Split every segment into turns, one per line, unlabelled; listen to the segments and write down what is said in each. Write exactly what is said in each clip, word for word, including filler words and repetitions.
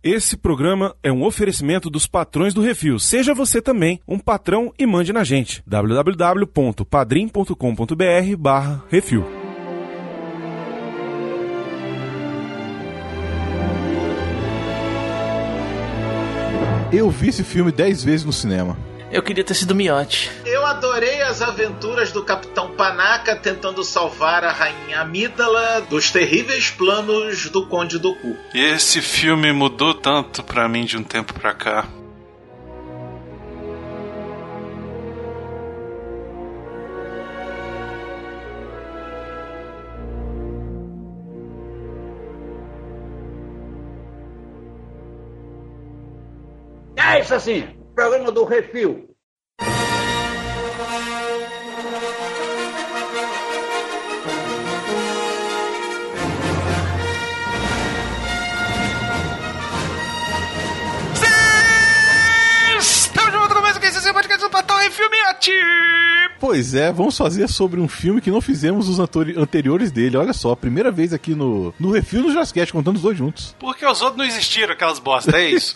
Esse programa é um oferecimento dos patrões do Refil. Seja você também um patrão e mande na gente. w w w ponto padrim ponto com ponto b r barra refil.
Eu vi esse filme dez vezes no cinema.
Eu queria ter sido Miotti.
Eu adorei as aventuras do Capitão Panaca tentando salvar a Rainha Amídala dos terríveis planos do Conde Dooku.
Esse filme mudou tanto pra mim de um tempo pra cá.
É isso assim, programa do Refil.
Estamos de volta com mais um que esse é o podcast do Patão Refil Miotti.
Pois é, vamos fazer sobre um filme que não fizemos os antori- anteriores dele. Olha só, primeira vez aqui no, no Refil no Jurassic Cast, contando os dois juntos.
Porque os outros não existiram, aquelas bosta, é isso?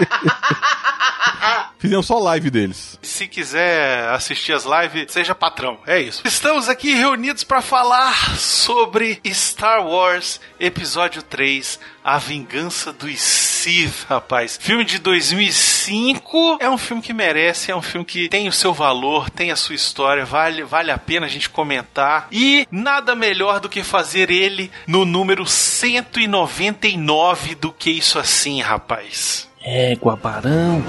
Fizemos só live deles.
Se quiser assistir as lives, seja patrão, é isso. Estamos aqui reunidos para falar sobre Star Wars Episódio três, A Vingança dos Sith, rapaz. Filme de dois mil e cinco, é um filme que merece, é um filme que tem o seu valor, tem a sua história, vale, vale a pena a gente comentar. E nada melhor do que fazer ele no número cento e noventa e nove do que isso assim, rapaz.
É, Guabarão.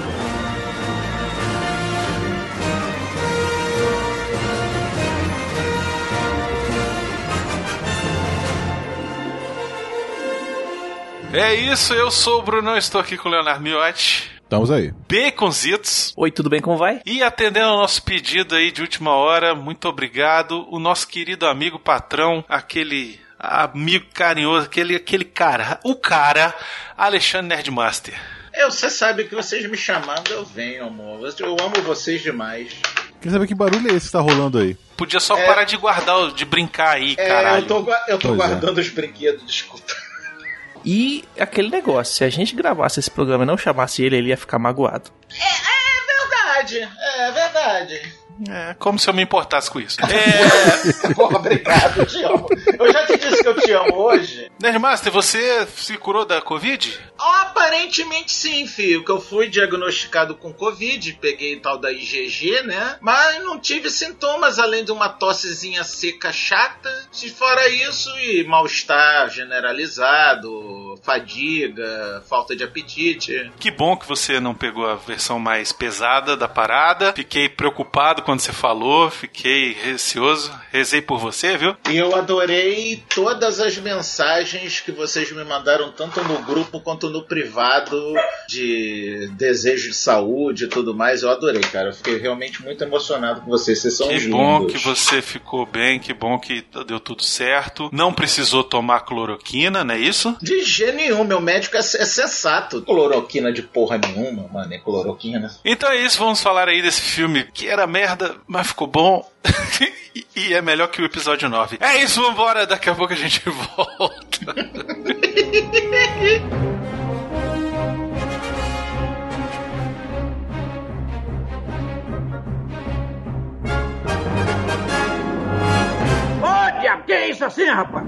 É isso, eu sou o Bruno, estou aqui com o Leonardo Miotti.
Estamos aí.
Baconzitos.
Oi, tudo bem, como vai?
E atendendo ao nosso pedido aí de última hora, muito obrigado, o nosso querido amigo patrão, aquele amigo carinhoso, aquele, aquele cara, o cara, Alexandre Nerdmaster.
Eu, você sabe que vocês me chamando, eu venho, amor. Eu amo vocês demais.
Quer saber que barulho é esse que tá rolando aí?
Podia só
É...
parar de guardar, de brincar aí,
é,
caralho.
Eu tô, eu tô
Pois
guardando é. os brinquedos, desculpa.
E aquele negócio, se a gente gravasse esse programa e não chamasse ele, ele ia ficar magoado.
É, é verdade, é verdade.
É, como se eu me importasse com isso. É...
Porra, obrigado, te amo. Eu já te disse que eu te amo hoje.
Nerdmaster, você se curou da Covid?
Aparentemente sim, filho, que eu fui diagnosticado com Covid, peguei tal da I G G, né? Mas não tive sintomas além de uma tossezinha seca chata. Se fora isso, e mal-estar generalizado, fadiga, falta de apetite.
Que bom que você não pegou a versão mais pesada da parada. Fiquei preocupado quando você falou, fiquei receoso, rezei por você, viu?
E eu adorei todas as mensagens que vocês me mandaram, tanto no grupo quanto no privado, de desejo de saúde e tudo mais. Eu adorei, cara. Eu fiquei realmente muito emocionado com vocês. Vocês são lindos.
Que bom que você ficou bem, que bom que deu tudo certo. Não precisou tomar cloroquina, não é isso?
De jeito nenhum, meu médico é, é sensato. Cloroquina de porra nenhuma, mano, é cloroquina.
Então é isso, vamos falar aí desse filme que era merda, mas ficou bom. E é melhor que o episódio nove. É isso, vambora, daqui a pouco a gente volta.
Ô, diabo, que é isso assim, rapaz?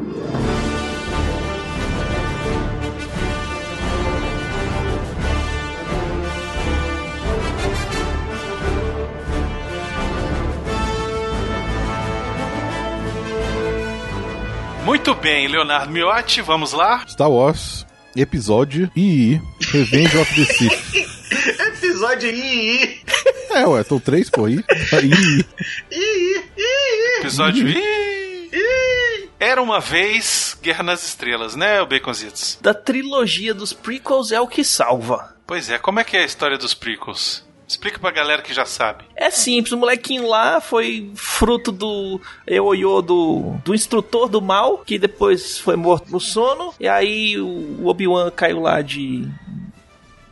Muito bem, Leonardo Miotti, vamos lá?
Star Wars, episódio I I, Revenge of the Sith.
Episódio I I.
É, ué, tô três, pô, I I.
I I, I I.
Episódio I.
I.
Era uma vez Guerra nas Estrelas, né, o Baconzitos?
Da trilogia dos prequels é o que salva.
Pois é, como é que é a história dos prequels? Explica pra galera que já sabe.
É simples, o molequinho lá foi fruto do ioiô do, do instrutor do mal, que depois foi morto no sono, e aí o Obi-Wan caiu lá de...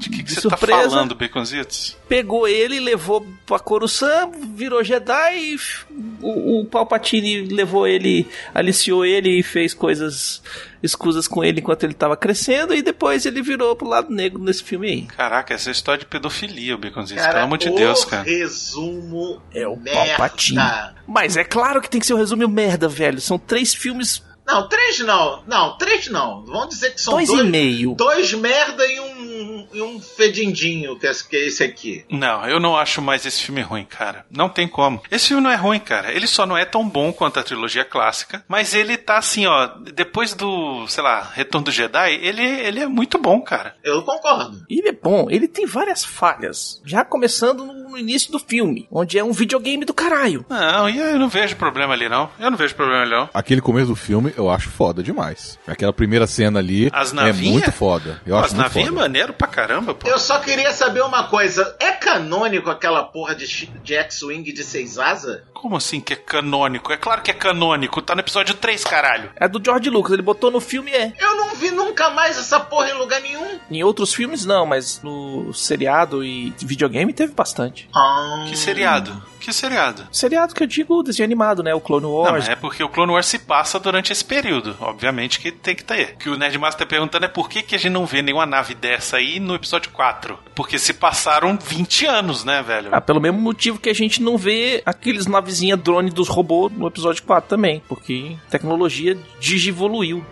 De que, que
de
você
surpresa,
tá falando, Baconzitos?
Pegou ele, levou pra Coruscant, virou Jedi, e o, o Palpatine levou ele, aliciou ele e fez coisas escusas com ele enquanto ele tava crescendo, e depois ele virou pro lado negro nesse filme aí.
Caraca, essa é história de pedofilia, o Baconzitos,
Cara,
pelo amor de
o
Deus, cara.
resumo
É o
merda.
Palpatine. Mas é claro que tem que ser um resumo merda, velho. São três filmes...
Não, três não. Não, três não. Vamos dizer que são
Dois
dois,
e meio.
dois merda e um, e um fedindinho, que é, que é esse aqui.
Não, eu não acho mais esse filme ruim, cara. Não tem como. Esse filme não é ruim, cara. Ele só não é tão bom quanto a trilogia clássica, mas ele tá assim, ó, depois do, sei lá, Retorno do Jedi, ele, ele é muito bom, cara.
Eu concordo.
Ele é bom, ele tem várias falhas. Já começando no, no início do filme, onde é um videogame do caralho.
Não, e eu não vejo problema ali, não. Eu não vejo problema ali, não.
Aquele começo do filme eu acho foda demais. Aquela primeira cena ali
As
é
navinhas?
muito foda. Eu
Pô,
acho
as
muito
navinhas é
foda.
maneiro pra caramba, pô.
Eu só queria saber uma coisa. É canônico aquela porra de, de X-Wing de seis asas?
Como assim que é canônico? É claro que é canônico. Tá no episódio três, caralho.
É do George Lucas, ele botou no filme, é.
Eu não vi nunca mais essa porra em lugar nenhum.
Em outros filmes não, mas no seriado e videogame teve bastante.
Ah.
Que seriado? Que seriado?
Seriado que eu digo o desenho animado, né? O Clone
Não,
Wars.
mas é porque o Clone Wars se passa durante esse período. Obviamente que tem que ter. O que o Nerdmaster tá perguntando é por que, que a gente não vê nenhuma nave dessa aí no episódio quatro. Porque se passaram vinte anos, né, velho?
Ah, pelo mesmo motivo que a gente não vê aqueles navezinha drone dos robôs no episódio quatro também. Porque a tecnologia digivoluiu.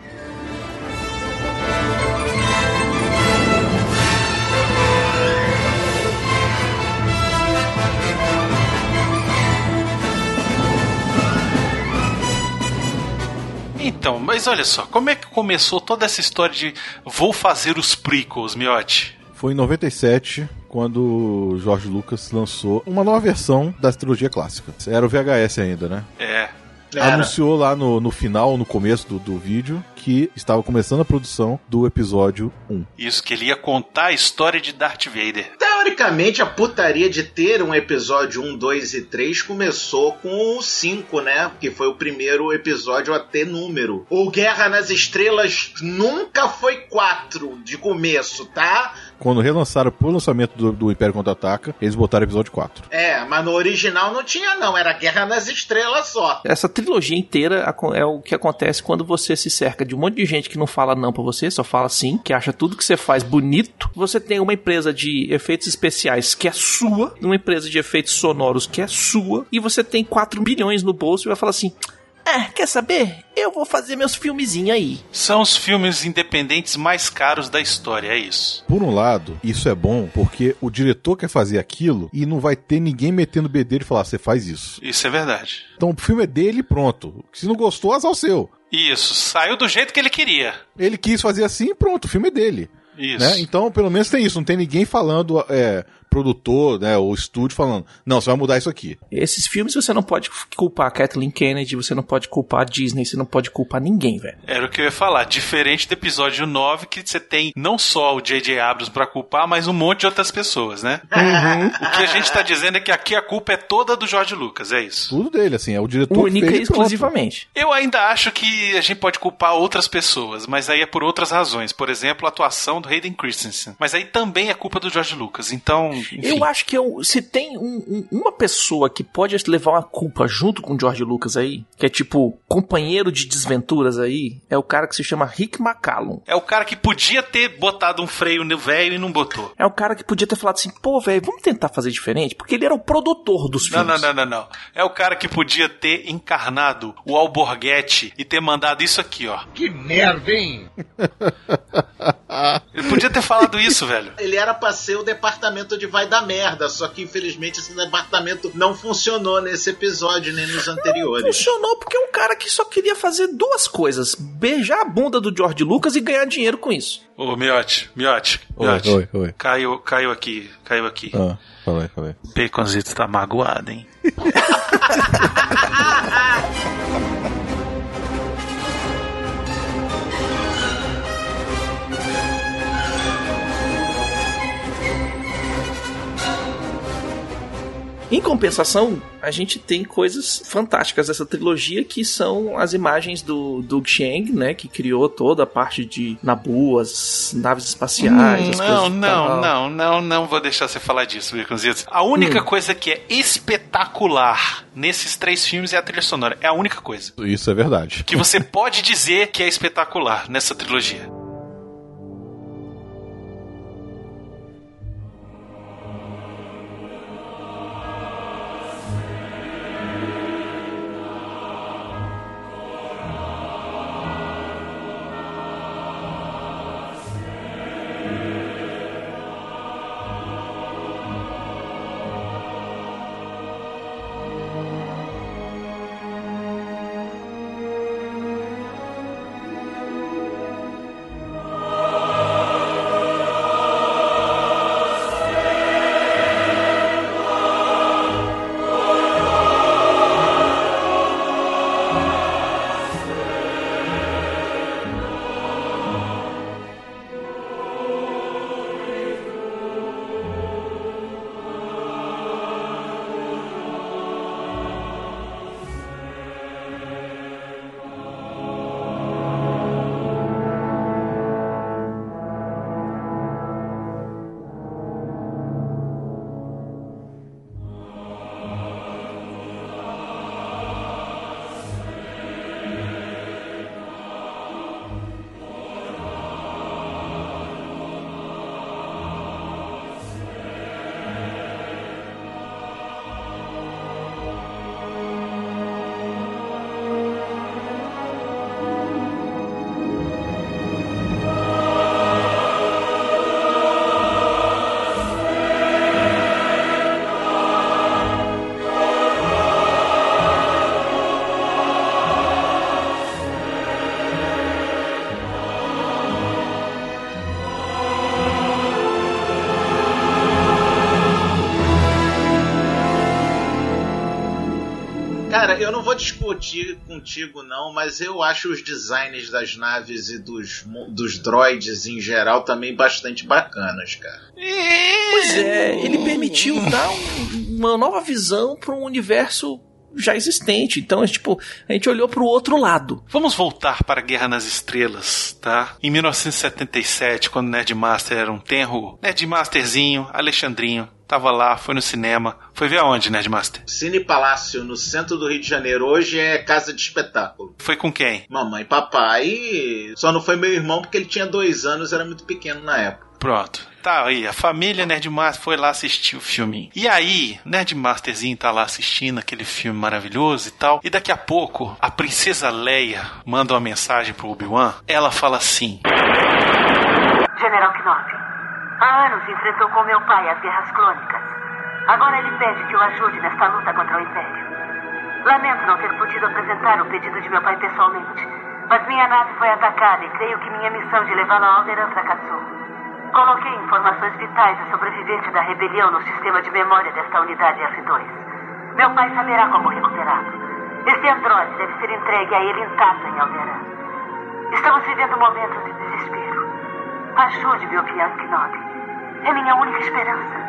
Então, mas olha só, como é que começou toda essa história de vou fazer os prequels, Miotti?
Foi em noventa e sete, quando o George Lucas lançou uma nova versão da trilogia clássica. Era o V H S ainda, né?
É.
Era.
Anunciou lá no, no final, no começo do, do vídeo, que estava começando a produção do episódio um.
Isso, que ele ia contar a história de Darth Vader.
Teoricamente, a putaria de ter um episódio um, dois e três começou com o cinco, né? Que foi o primeiro episódio a ter número. O Guerra nas Estrelas nunca foi quatro de começo, tá?
Quando relançaram pro lançamento do, do Império Contra-Ataca, eles botaram o episódio quatro.
É, mas no original não tinha não, era Guerra nas Estrelas só.
Essa trilogia inteira aco- é o que acontece quando você se cerca de um monte de gente que não fala não pra você, só fala sim, que acha tudo que você faz bonito. Você tem uma empresa de efeitos especiais que é sua, uma empresa de efeitos sonoros que é sua, e você tem quatro bilhões no bolso e vai falar assim: é, quer saber? Eu vou fazer meus filmezinhos aí.
São os filmes independentes mais caros da história, é isso.
Por um lado, isso é bom porque o diretor quer fazer aquilo e não vai ter ninguém metendo o bedelho e falar, você faz isso.
Isso é verdade.
Então o filme é dele e pronto. Se não gostou, azar o seu.
Isso, saiu do jeito que ele queria.
Ele quis fazer assim e pronto, o filme é dele.
Isso.
Né? Então, pelo menos tem isso. Não tem ninguém falando, é, produtor, né, ou estúdio falando, não, você vai mudar isso aqui.
Esses filmes você não pode culpar a Kathleen Kennedy, você não pode culpar a Disney, você não pode culpar ninguém, velho.
Era o que eu ia falar. Diferente do episódio nove, que você tem não só o J J Abrams pra culpar, mas um monte de outras pessoas, né?
Uhum.
O que a gente tá dizendo é que aqui a culpa é toda do George Lucas, é isso.
Tudo dele, assim, é o diretor
Única
que
e
fez e pronto.
exclusivamente.
Eu ainda acho que a gente pode culpar outras pessoas, mas aí é por outras razões. Por exemplo, a atuação do Hayden Christensen. Mas aí também é culpa do George Lucas. Então, enfim.
Eu acho que eu, se tem um- um- uma pessoa que pode levar uma culpa junto com o George Lucas aí, que é tipo companheiro de desventuras aí, é o cara que se chama Rick McCallum.
É o cara que podia ter botado um freio no velho e não botou.
É o cara que podia ter falado assim, pô, velho, vamos tentar fazer diferente, porque ele era o produtor dos
Não,
filmes.
não, não, não, não. É o cara que podia ter encarnado o Alborguete e ter mandado isso aqui, ó.
Que merda, hein?
Ele podia ter falado isso, velho.
Ele era pra ser o departamento de vai dar merda, só que infelizmente esse departamento não funcionou nesse episódio nem nos anteriores.
Funcionou porque é um cara que só queria fazer duas coisas: beijar a bunda do George Lucas e ganhar dinheiro com isso.
Ô, Miotti, Miotti,
Oi,
Miotti.
oi, oi.
Caiu, caiu aqui, caiu aqui.
Ah, falei, falei.
Baconzito tá magoado, hein?
Em compensação, a gente tem coisas fantásticas dessa trilogia, que são as imagens do Doug Chiang, né, que criou toda a parte de Naboo, as naves espaciais,
hum,
as
não,
coisas
não,
tal.
não, não, não vou deixar você falar disso, Baconzitos. A única hum. coisa que é espetacular nesses três filmes é a trilha sonora. É a única coisa.
Isso é verdade.
Que você pode dizer que é espetacular nessa trilogia.
Cara, eu não vou discutir contigo não, mas eu acho os designs das naves e dos, dos droids em geral também bastante bacanas, cara.
Pois é, ele permitiu dar um, uma nova visão para um universo já existente. Então, é, tipo, a gente olhou pro outro lado.
Vamos voltar para a Guerra nas Estrelas, tá? Em mil novecentos e setenta e sete, quando o Nerdmaster era um tenro Nerdmasterzinho, Alexandrinho, tava lá, foi no cinema. Foi ver aonde, Nerdmaster?
Cine Palácio, no centro do Rio de Janeiro. Hoje é casa de espetáculo.
Foi com quem?
Mamãe e papai. Só não foi meu irmão porque ele tinha dois anos, era muito pequeno na época.
Pronto. Tá aí, a família Nerdmaster foi lá assistir o filminho. E aí, Nerdmasterzinho tá lá assistindo aquele filme maravilhoso e tal. E daqui a pouco, a princesa Leia manda uma mensagem pro Obi-Wan. Ela fala assim:
General Kenobi, há anos enfrentou com meu pai as guerras clônicas. Agora ele pede que o ajude nesta luta contra o Império. Lamento não ter podido apresentar o pedido de meu pai pessoalmente, mas minha nave foi atacada e creio que minha missão de levá-la a Alderaan fracassou. Coloquei informações vitais do sobrevivente da rebelião no sistema de memória desta unidade F dois. Meu pai saberá como recuperá-lo. Este androide deve ser entregue a ele intacto em Alderaan. Estamos vivendo momentos de desespero. Ajude-me, Obi-Wan Kenobi. É minha única esperança.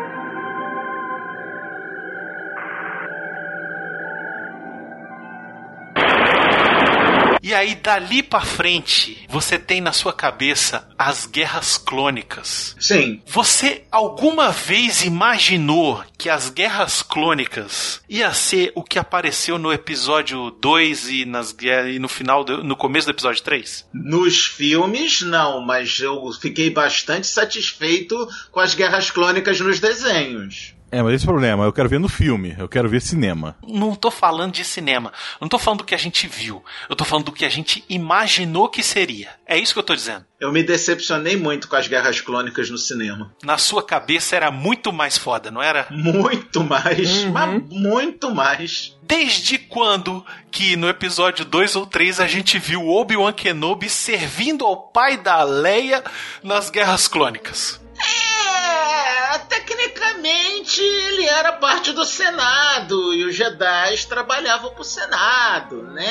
E aí, dali pra frente, você tem na sua cabeça as guerras clônicas.
Sim.
Você alguma vez imaginou que as guerras clônicas ia ser o que apareceu no episódio dois e, nas, e no final, do, no começo do episódio três?
Nos filmes, não, mas eu fiquei bastante satisfeito com as guerras clônicas nos desenhos.
É, mas esse é o problema, eu quero ver no filme, eu quero ver cinema.
Não tô falando de cinema, não tô falando do que a gente viu, eu tô falando do que a gente imaginou que seria. É isso que eu tô dizendo.
Eu me decepcionei muito com as guerras clônicas no cinema.
Na sua cabeça era muito mais foda, não era?
Muito mais,
Uhum.
mas muito mais.
Desde quando que no episódio dois ou três a gente viu Obi-Wan Kenobi servindo ao pai da Leia nas guerras clônicas?
É, tecnicamente ele era parte do Senado e os Jedi trabalhavam pro Senado, né?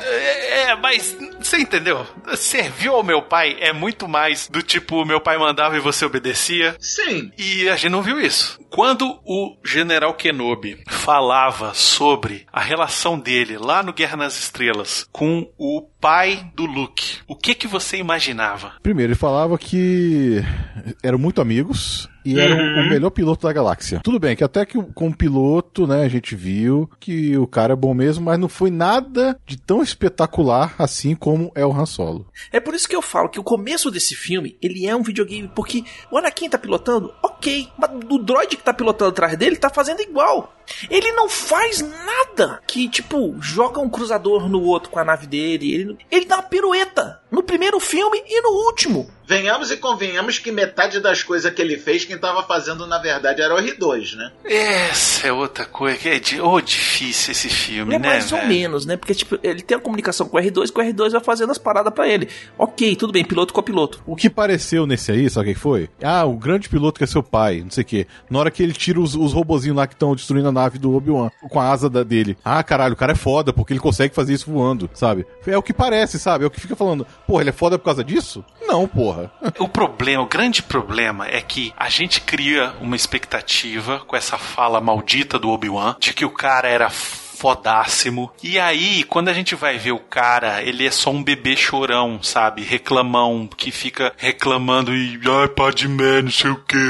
É, é, mas você entendeu? Serviu ao meu pai é muito mais do tipo, meu pai mandava e você obedecia.
Sim.
E a gente não viu isso. Quando o General Kenobi falava sobre a relação dele lá no Guerra nas Estrelas com o pai do Luke, o que que você imaginava?
Primeiro, ele falava que eram muito amigos e era uhum. o melhor piloto da galáxia. Tudo bem, que até que como piloto, né, a gente viu que o cara é bom mesmo, mas não foi nada de tão espetacular assim como é o Han Solo.
É por isso que eu falo que o começo desse filme, ele é um videogame, porque o Anakin tá pilotando, ok, mas o droid que tá pilotando atrás dele tá fazendo igual. Ele não faz nada que, tipo, joga um cruzador no outro com a nave dele. Ele, ele dá uma pirueta no primeiro filme e no último.
Venhamos e convenhamos que metade das coisas que ele fez, quem tava fazendo, na verdade, era o R dois, né?
Essa é outra coisa que é de, oh, difícil esse filme,
é
né,
mais
velho?
ou menos, né? Porque, tipo, ele tem a comunicação com o R dois, que o R dois vai fazendo as paradas pra ele. Ok, tudo bem, piloto com piloto.
O que pareceu nesse aí, sabe o que foi? Ah, o grande piloto que é seu pai, não sei o quê. Na hora que ele tira os, os robozinhos lá que estão destruindo a nave do Obi-Wan, com a asa da, dele. Ah, caralho, o cara é foda, porque ele consegue fazer isso voando, sabe? É o que parece, sabe? É o que fica falando. Porra, ele é foda por causa disso? Não, porra.
O problema, o grande problema é que a gente cria uma expectativa com essa fala maldita do Obi-Wan de que o cara era fodássimo. E aí, quando a gente vai ver o cara, ele é só um bebê chorão, sabe? Reclamão, que fica reclamando e... Ai, Padmé, não sei o que...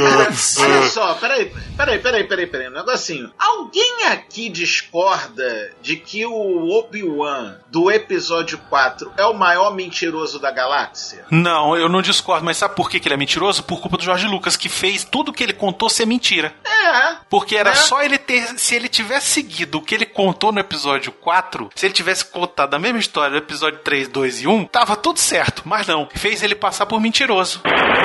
Olha só, peraí, peraí, peraí, peraí, peraí, um negocinho. Alguém aqui discorda de que o Obi-Wan do episódio quatro é o maior mentiroso da galáxia?
Não, eu não discordo, mas sabe por que ele é mentiroso? Por culpa do George Lucas, que fez tudo que ele contou ser mentira.
É.
Porque era
é.
só ele ter... Se ele tivesse seguido o que ele contou no episódio quatro, se ele tivesse contado a mesma história do episódio três, dois e um, tava tudo certo, mas não, fez ele passar por mentiroso.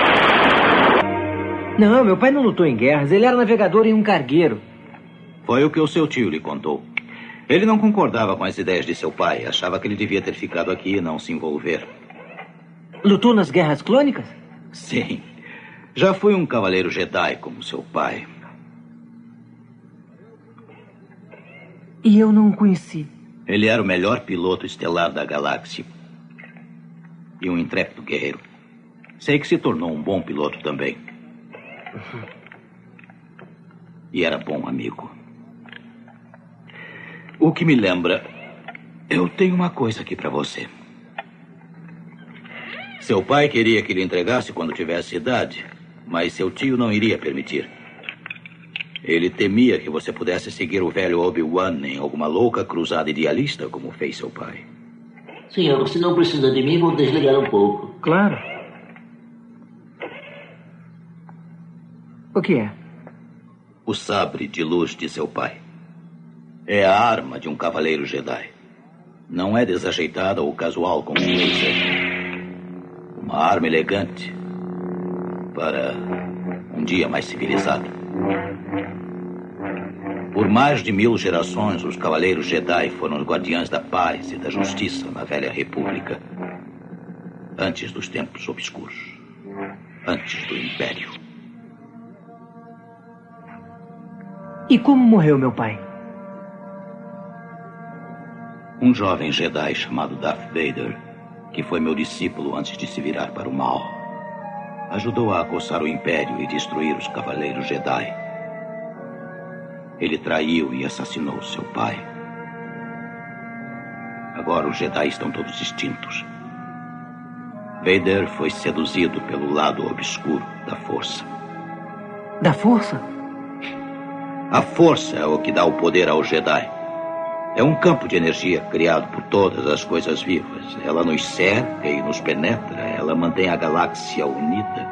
Não, meu pai não lutou em guerras, ele era navegador em um cargueiro.
Foi o que o seu tio lhe contou. Ele não concordava com as ideias de seu pai, achava que ele devia ter ficado aqui e não se envolver.
Lutou nas guerras clônicas?
Sim, já foi um cavaleiro Jedi como seu pai.
E eu não o conheci.
Ele era o melhor piloto estelar da galáxia. E um intrépido guerreiro. Sei que se tornou um bom piloto também. E era bom amigo. O que me lembra... Eu tenho uma coisa aqui pra você. Seu pai queria que lhe entregasse quando tivesse idade, mas seu tio não iria permitir. Ele temia que você pudesse seguir o velho Obi-Wan em alguma louca cruzada idealista, como fez seu pai.
Senhor, se não precisa de mim, vou desligar um pouco.
Claro. O que é?
O sabre de luz de seu pai. É a arma de um cavaleiro Jedi. Não é desajeitada ou casual como um laser. Uma arma elegante para um dia mais civilizado. Por mais de mil gerações, os Cavaleiros Jedi foram os guardiães da paz e da justiça na Velha República. Antes dos tempos obscuros. Antes do Império.
E como morreu meu pai?
Um jovem Jedi chamado Darth Vader, que foi meu discípulo antes de se virar para o mal, ajudou a acossar o Império e destruir os Cavaleiros Jedi. Ele traiu e assassinou seu pai. Agora os Jedi estão todos extintos. Vader foi seduzido pelo lado obscuro da Força.
Da Força?
A Força é o que dá o poder ao Jedi. É um campo de energia criado por todas as coisas vivas. Ela nos cerca e nos penetra. Ela mantém a galáxia unida.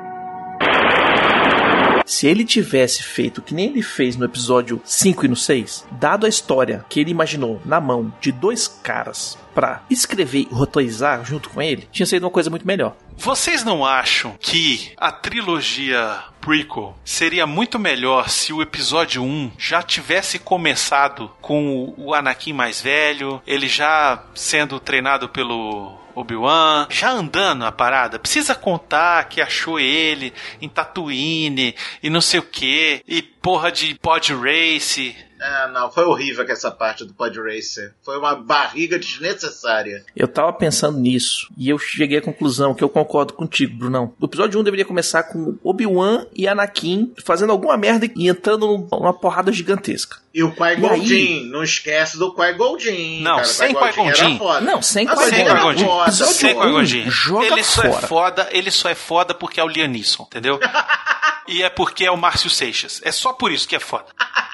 Se ele tivesse feito que nem ele fez no episódio cinco e no seis, dado a história que ele imaginou na mão de dois caras pra escrever e roteirizar junto com ele, tinha sido uma coisa muito melhor.
Vocês não acham que a trilogia prequel seria muito melhor se o episódio um já tivesse começado com o Anakin mais velho, ele já sendo treinado pelo Obi-Wan, já andando a parada? Precisa contar que achou ele em Tatooine e não sei o que, e porra de pod race.
É, não, foi horrível essa parte do Pod Racer. Foi uma barriga desnecessária.
Eu tava pensando nisso e eu cheguei à conclusão que eu concordo contigo, Brunão. O episódio um deveria começar com Obi-Wan e Anakin fazendo alguma merda e entrando numa porrada gigantesca.
E o Qui-Gon Jinn, não esquece do Qui-Gon Jinn.
Não,
cara,
sem Qui-Gon Jinn.
Não, sem
Qui-Gon Jinn.
Sem Qui-Gon Jinn.
Joga
ele só
fora.
é foda, ele só é foda porque é o Liam Neeson, entendeu? E é porque é o Márcio Seixas. É só por isso que é foda.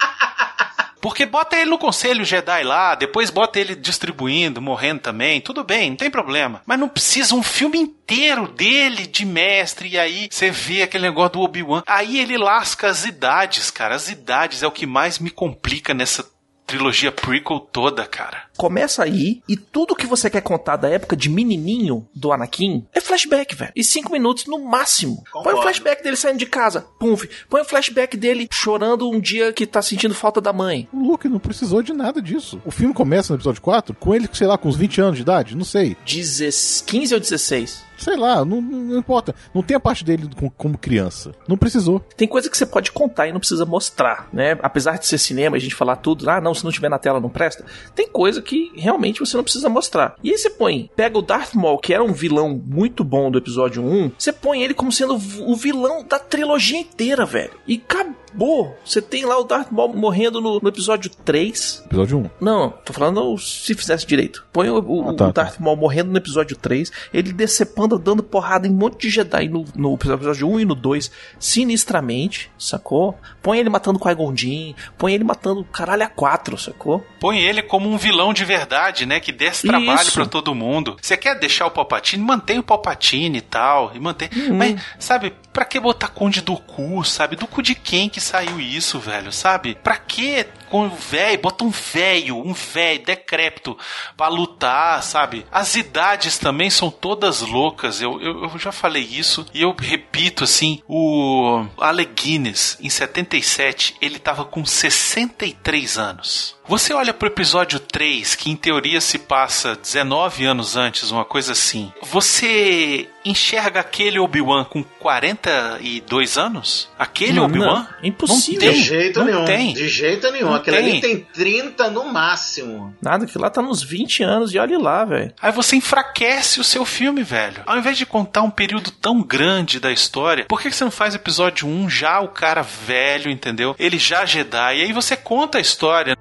Porque bota ele no Conselho Jedi lá, depois bota ele distribuindo, morrendo também, tudo bem, não tem problema. Mas não precisa um filme inteiro dele de mestre, e aí você vê aquele negócio do Obi-Wan. Aí ele lasca as idades, cara. As idades é o que mais me complica nessa trilogia prequel toda, cara.
Começa aí e tudo que você quer contar da época de menininho do Anakin é flashback, velho. E cinco minutos no máximo.
Concordo.
Põe um flashback dele saindo de casa, pum. Põe um flashback dele chorando um dia que tá sentindo falta da mãe.
O Luke não precisou de nada disso. O filme começa no episódio quatro com ele, sei lá, com uns vinte anos de idade, não sei.
quinze ou dezesseis?
Sei lá, não, não importa. Não tem a parte dele como, como criança. Não precisou.
Tem coisa que você pode contar e não precisa mostrar, né? Apesar de ser cinema e a gente falar tudo, ah, não, se não tiver na tela não presta. Tem coisa que realmente você não precisa mostrar. E aí você põe, pega o Darth Maul, que era um vilão muito bom do episódio um, você põe ele como sendo o vilão da trilogia inteira, velho. E acabou. Você tem lá o Darth Maul morrendo no, no episódio três.
Episódio um?
Não, tô falando se fizesse direito. Põe o, o,
ah, tá,
o Darth
tá.
Maul morrendo no episódio três, ele decepando, dando porrada em um monte de Jedi no, no episódio um e no dois, sinistramente, sacou? Põe ele matando o Qui-Gon Jinn, põe ele matando o caralho a quatro, sacou?
Põe ele como um vilão de verdade, né? Que desse trabalho
Isso.
pra todo mundo. Você quer deixar o Palpatine? Mantém o Palpatine e tal. E mantém.
Uhum.
Mas, sabe, pra que botar Conde do cu, sabe? Do cu de quem que saiu isso, velho, sabe? Pra que com o velho? Bota um velho, um velho decrépito pra lutar, sabe? As idades também são todas loucas. Eu, eu, eu já falei isso e eu repito, assim, o Alec Guinness, em setenta e sete, ele tava com sessenta e três anos. Você olha pro episódio três, que em teoria se passa dezenove anos antes, uma coisa assim. Você enxerga aquele Obi-Wan com quarenta e dois anos? Aquele
Não,
Obi-Wan?
não, impossível.
Não tem,
De jeito
não
nenhum.
tem.
De jeito nenhum.
Não
Aquele
tem.
ali tem trinta no máximo.
Nada, que lá tá nos vinte anos e olha lá, velho.
Aí você enfraquece o seu filme, velho. Ao invés de contar um período tão grande da história, por que você não faz episódio um já o cara velho, entendeu? Ele já Jedi, e aí você conta a história.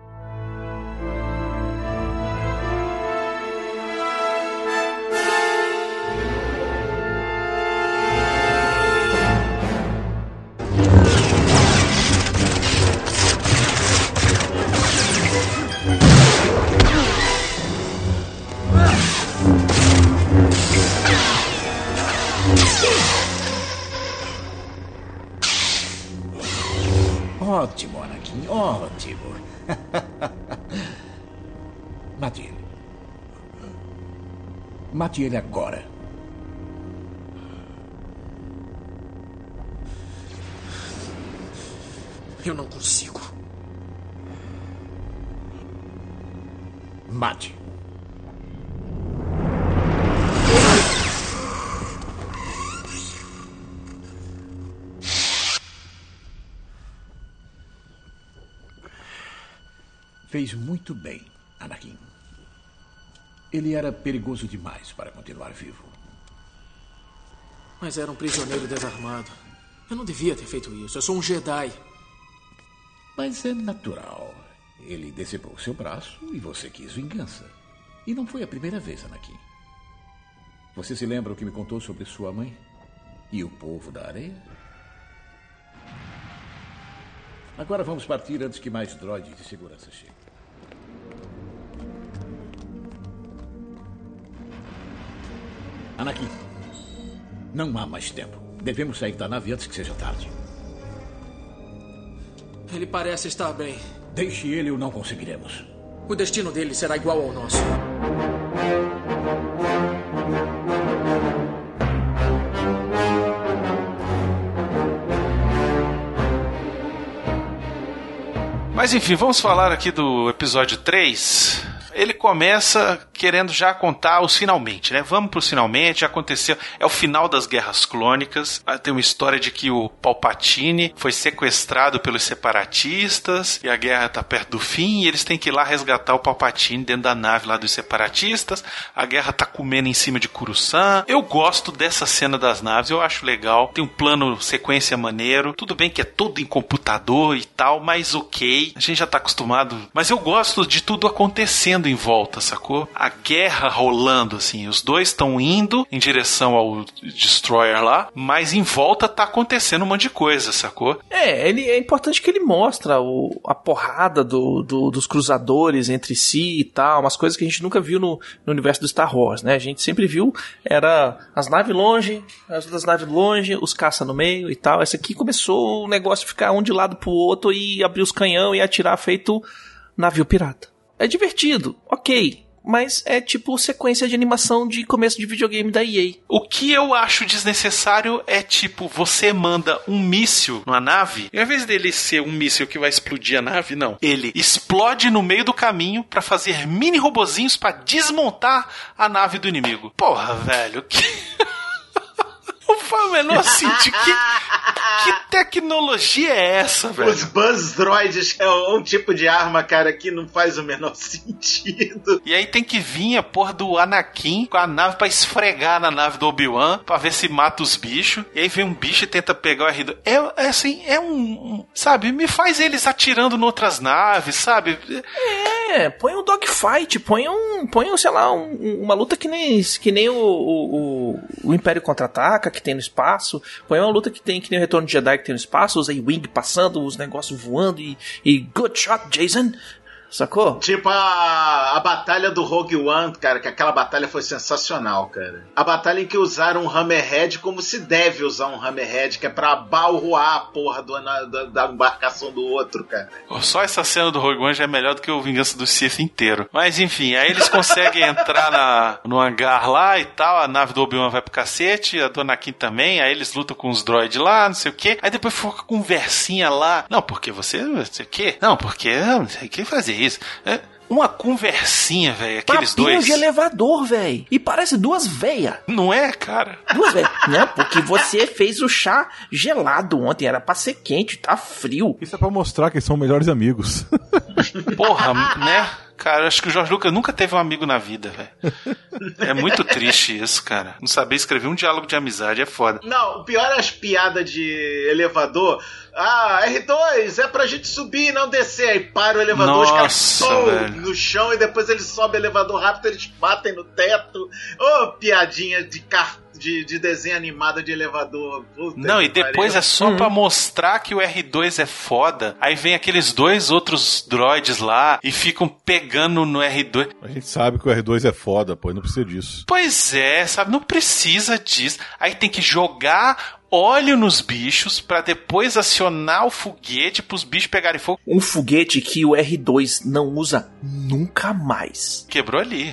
Ótimo, Anakin, ótimo. Mate ele. Mate ele agora.
Eu não consigo.
Mate. Fez muito bem, Anakin. Ele era perigoso demais para continuar vivo.
Mas era um prisioneiro desarmado. Eu não devia ter feito isso. Eu sou um Jedi.
Mas é natural. Ele decepou seu braço e você quis vingança. E não foi a primeira vez, Anakin. Você se lembra o que me contou sobre sua mãe? E o povo da areia? Agora vamos partir antes que mais droides de segurança cheguem. Anakin, não há mais tempo. Devemos sair da nave antes que seja tarde.
Ele parece estar bem.
Deixe ele ou não conseguiremos.
O destino dele será igual ao nosso.
Mas enfim, vamos falar aqui do episódio três. Ele começa querendo já contar os finalmente, né? Vamos pros finalmente, já aconteceu, é o final das Guerras Clônicas. Tem uma história de que o Palpatine foi sequestrado pelos separatistas e a guerra tá perto do fim e eles têm que ir lá resgatar o Palpatine dentro da nave lá dos separatistas. A guerra tá comendo em cima de Coruscant. Eu gosto dessa cena das naves, eu acho legal. Tem um plano sequência maneiro. Tudo bem que é tudo em computador e tal, mas ok. A gente já tá acostumado. Mas eu gosto de tudo acontecendo em volta, sacou? A guerra rolando, assim, os dois estão indo em direção ao Destroyer lá, mas em volta tá acontecendo um monte de coisa, sacou?
É, ele, é importante que ele mostra o, a porrada do, do, dos cruzadores entre si e tal, umas coisas que a gente nunca viu no, no universo do Star Wars, né? A gente sempre viu, era as naves longe, as outras naves longe, os caça no meio e tal. Essa aqui começou o negócio ficar um de lado pro outro e abrir os canhão e atirar feito navio pirata. É divertido, ok, mas é tipo sequência de animação de começo de videogame da E A.
O que eu acho desnecessário é tipo, você manda um míssil numa nave, e ao invés dele ser um míssil que vai explodir a nave, não. Ele explode no meio do caminho pra fazer mini robozinhos pra desmontar a nave do inimigo. Porra, velho, que... Não faz o menor sentido. Que, que tecnologia é essa, velho?
Os Buzz Droids é um tipo de arma, cara, que não faz o menor sentido.
E aí tem que vir a porra do Anakin com a nave pra esfregar na nave do Obi-Wan pra ver se mata os bichos. E aí vem um bicho e tenta pegar o R dois. É, é assim, é um, um... Sabe, me faz eles atirando em outras naves, sabe?
É, põe um dogfight, põe um, põe um, sei lá, um, uma luta que nem, que nem o, o, o Império Contra-Ataca, que tem no espaço, põe uma luta que tem que nem o Retorno de Jedi, que tem no espaço, os A-Wing passando, os negócios voando e, e good shot, Jason, sacou?
Tipo a, a batalha do Rogue One, cara, que aquela batalha foi sensacional, cara. A batalha em que usaram um Hammerhead como se deve usar um Hammerhead, que é pra balroar a porra do, na, da, da embarcação do outro, cara.
Só essa cena do Rogue One já é melhor do que o Vingança do Sith inteiro. Mas enfim, aí eles conseguem entrar na, no hangar lá e tal, a nave do Obi-Wan vai pro cacete, a do Anakin também, aí eles lutam com os droids lá, não sei o que. Aí depois fica conversinha lá. Não, porque você, não sei o que. Não, porque não sei o que fazer isso. É uma conversinha, velho, aqueles
Papinho
dois.
de elevador, velho. E parece duas veias.
Não é, cara?
Duas veias. Não, porque você fez o chá gelado ontem, era pra ser quente, tá frio.
Isso é pra mostrar que eles são melhores amigos.
Porra, né? Cara, acho que o Jorge Lucas nunca teve um amigo na vida, velho. É muito triste isso, cara. Não saber escrever um diálogo de amizade é foda.
Não, o pior é as piadas de elevador. Ah, R dois, é pra gente subir e não descer. Aí para o elevador,
Nossa,
os caras
velho.
no chão e depois ele sobe o elevador rápido, eles batem no teto. Ô, oh, piadinha de cartão. De, de desenho animado de elevador. Puta
não, e depois
pariu.
É só hum. pra mostrar que o R dois é foda. Aí vem aqueles dois outros droids lá e ficam pegando no R dois.
A gente sabe que o R dois é foda, pô, não precisa disso.
Pois é, sabe? Não precisa disso. Aí tem que jogar óleo nos bichos pra depois acionar o foguete pros bichos pegarem fogo.
Um foguete que o R dois não usa nunca mais.
Quebrou ali.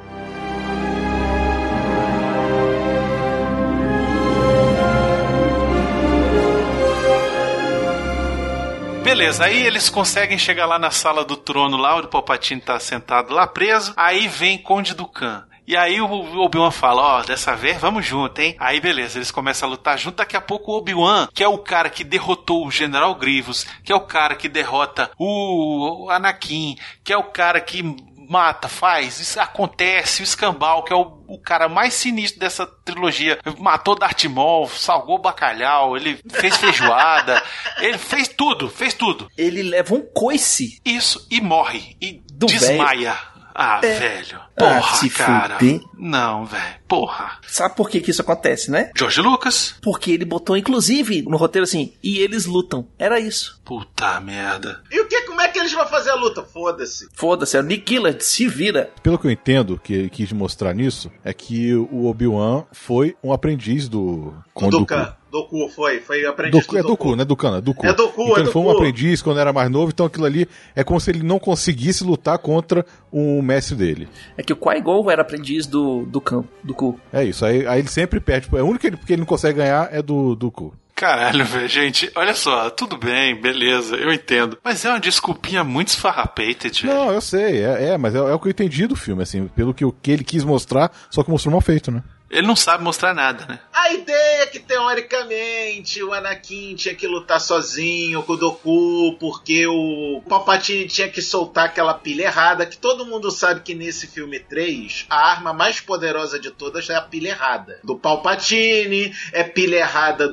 Beleza, aí eles conseguem chegar lá na sala do trono, lá onde o Palpatine tá sentado lá preso. Aí vem Conde Dooku. E aí o Obi-Wan fala, ó, oh, dessa vez vamos junto, hein? Aí beleza, eles começam a lutar junto. Daqui a pouco o Obi-Wan, que é o cara que derrotou o General Grievous, que é o cara que derrota o Anakin, que é o cara que mata, faz, isso acontece, o Escambau, que é o, o cara mais sinistro dessa trilogia, matou Darth Maul, salgou o bacalhau, ele fez feijoada, ele fez tudo, fez tudo.
Ele leva um coice.
Isso, e morre, e
Do
desmaia.
Véio.
Ah,
é.
velho. Porra,
ah, se
cara.
Fuder.
Não, velho. Porra.
Sabe por que que isso acontece, né?
George Lucas.
Porque ele botou, inclusive, no roteiro assim, e eles lutam. Era isso.
Puta merda.
E o que? Como é que eles vão fazer a luta? Foda-se.
Foda-se. É o Nick Gillard. Se vira.
Pelo que eu entendo, que ele quis mostrar nisso, é que o Obi-Wan foi um aprendiz do Conde Dooku.
Dooku foi, foi aprendiz
do,
do
é
Dooku.
Dooku, né? Dooku, é Dooku.
É Dooku,
então
é
ele foi
Dooku.
um aprendiz quando era mais novo, então aquilo ali é como se ele não conseguisse lutar contra o mestre dele.
É que o Qui-Gon era aprendiz do Dooku. Dooku.
É isso, aí, aí ele sempre perde. É o único que ele, que ele não consegue ganhar é do Dooku.
Caralho, velho, gente, olha só, tudo bem, beleza, eu entendo. Mas é uma desculpinha muito esfarrapated, velho.
Não, eu sei, é, é mas é, é o que eu entendi do filme, assim, pelo que, o que ele quis mostrar, só que mostrou mal feito, né?
Ele não sabe mostrar nada, né?
A ideia é que, teoricamente, o Anakin tinha que lutar sozinho com o Dooku, porque o Palpatine tinha que soltar aquela pilha errada, que todo mundo sabe que nesse filme três, a arma mais poderosa de todas é a pilha errada. Do Palpatine, é pilha errada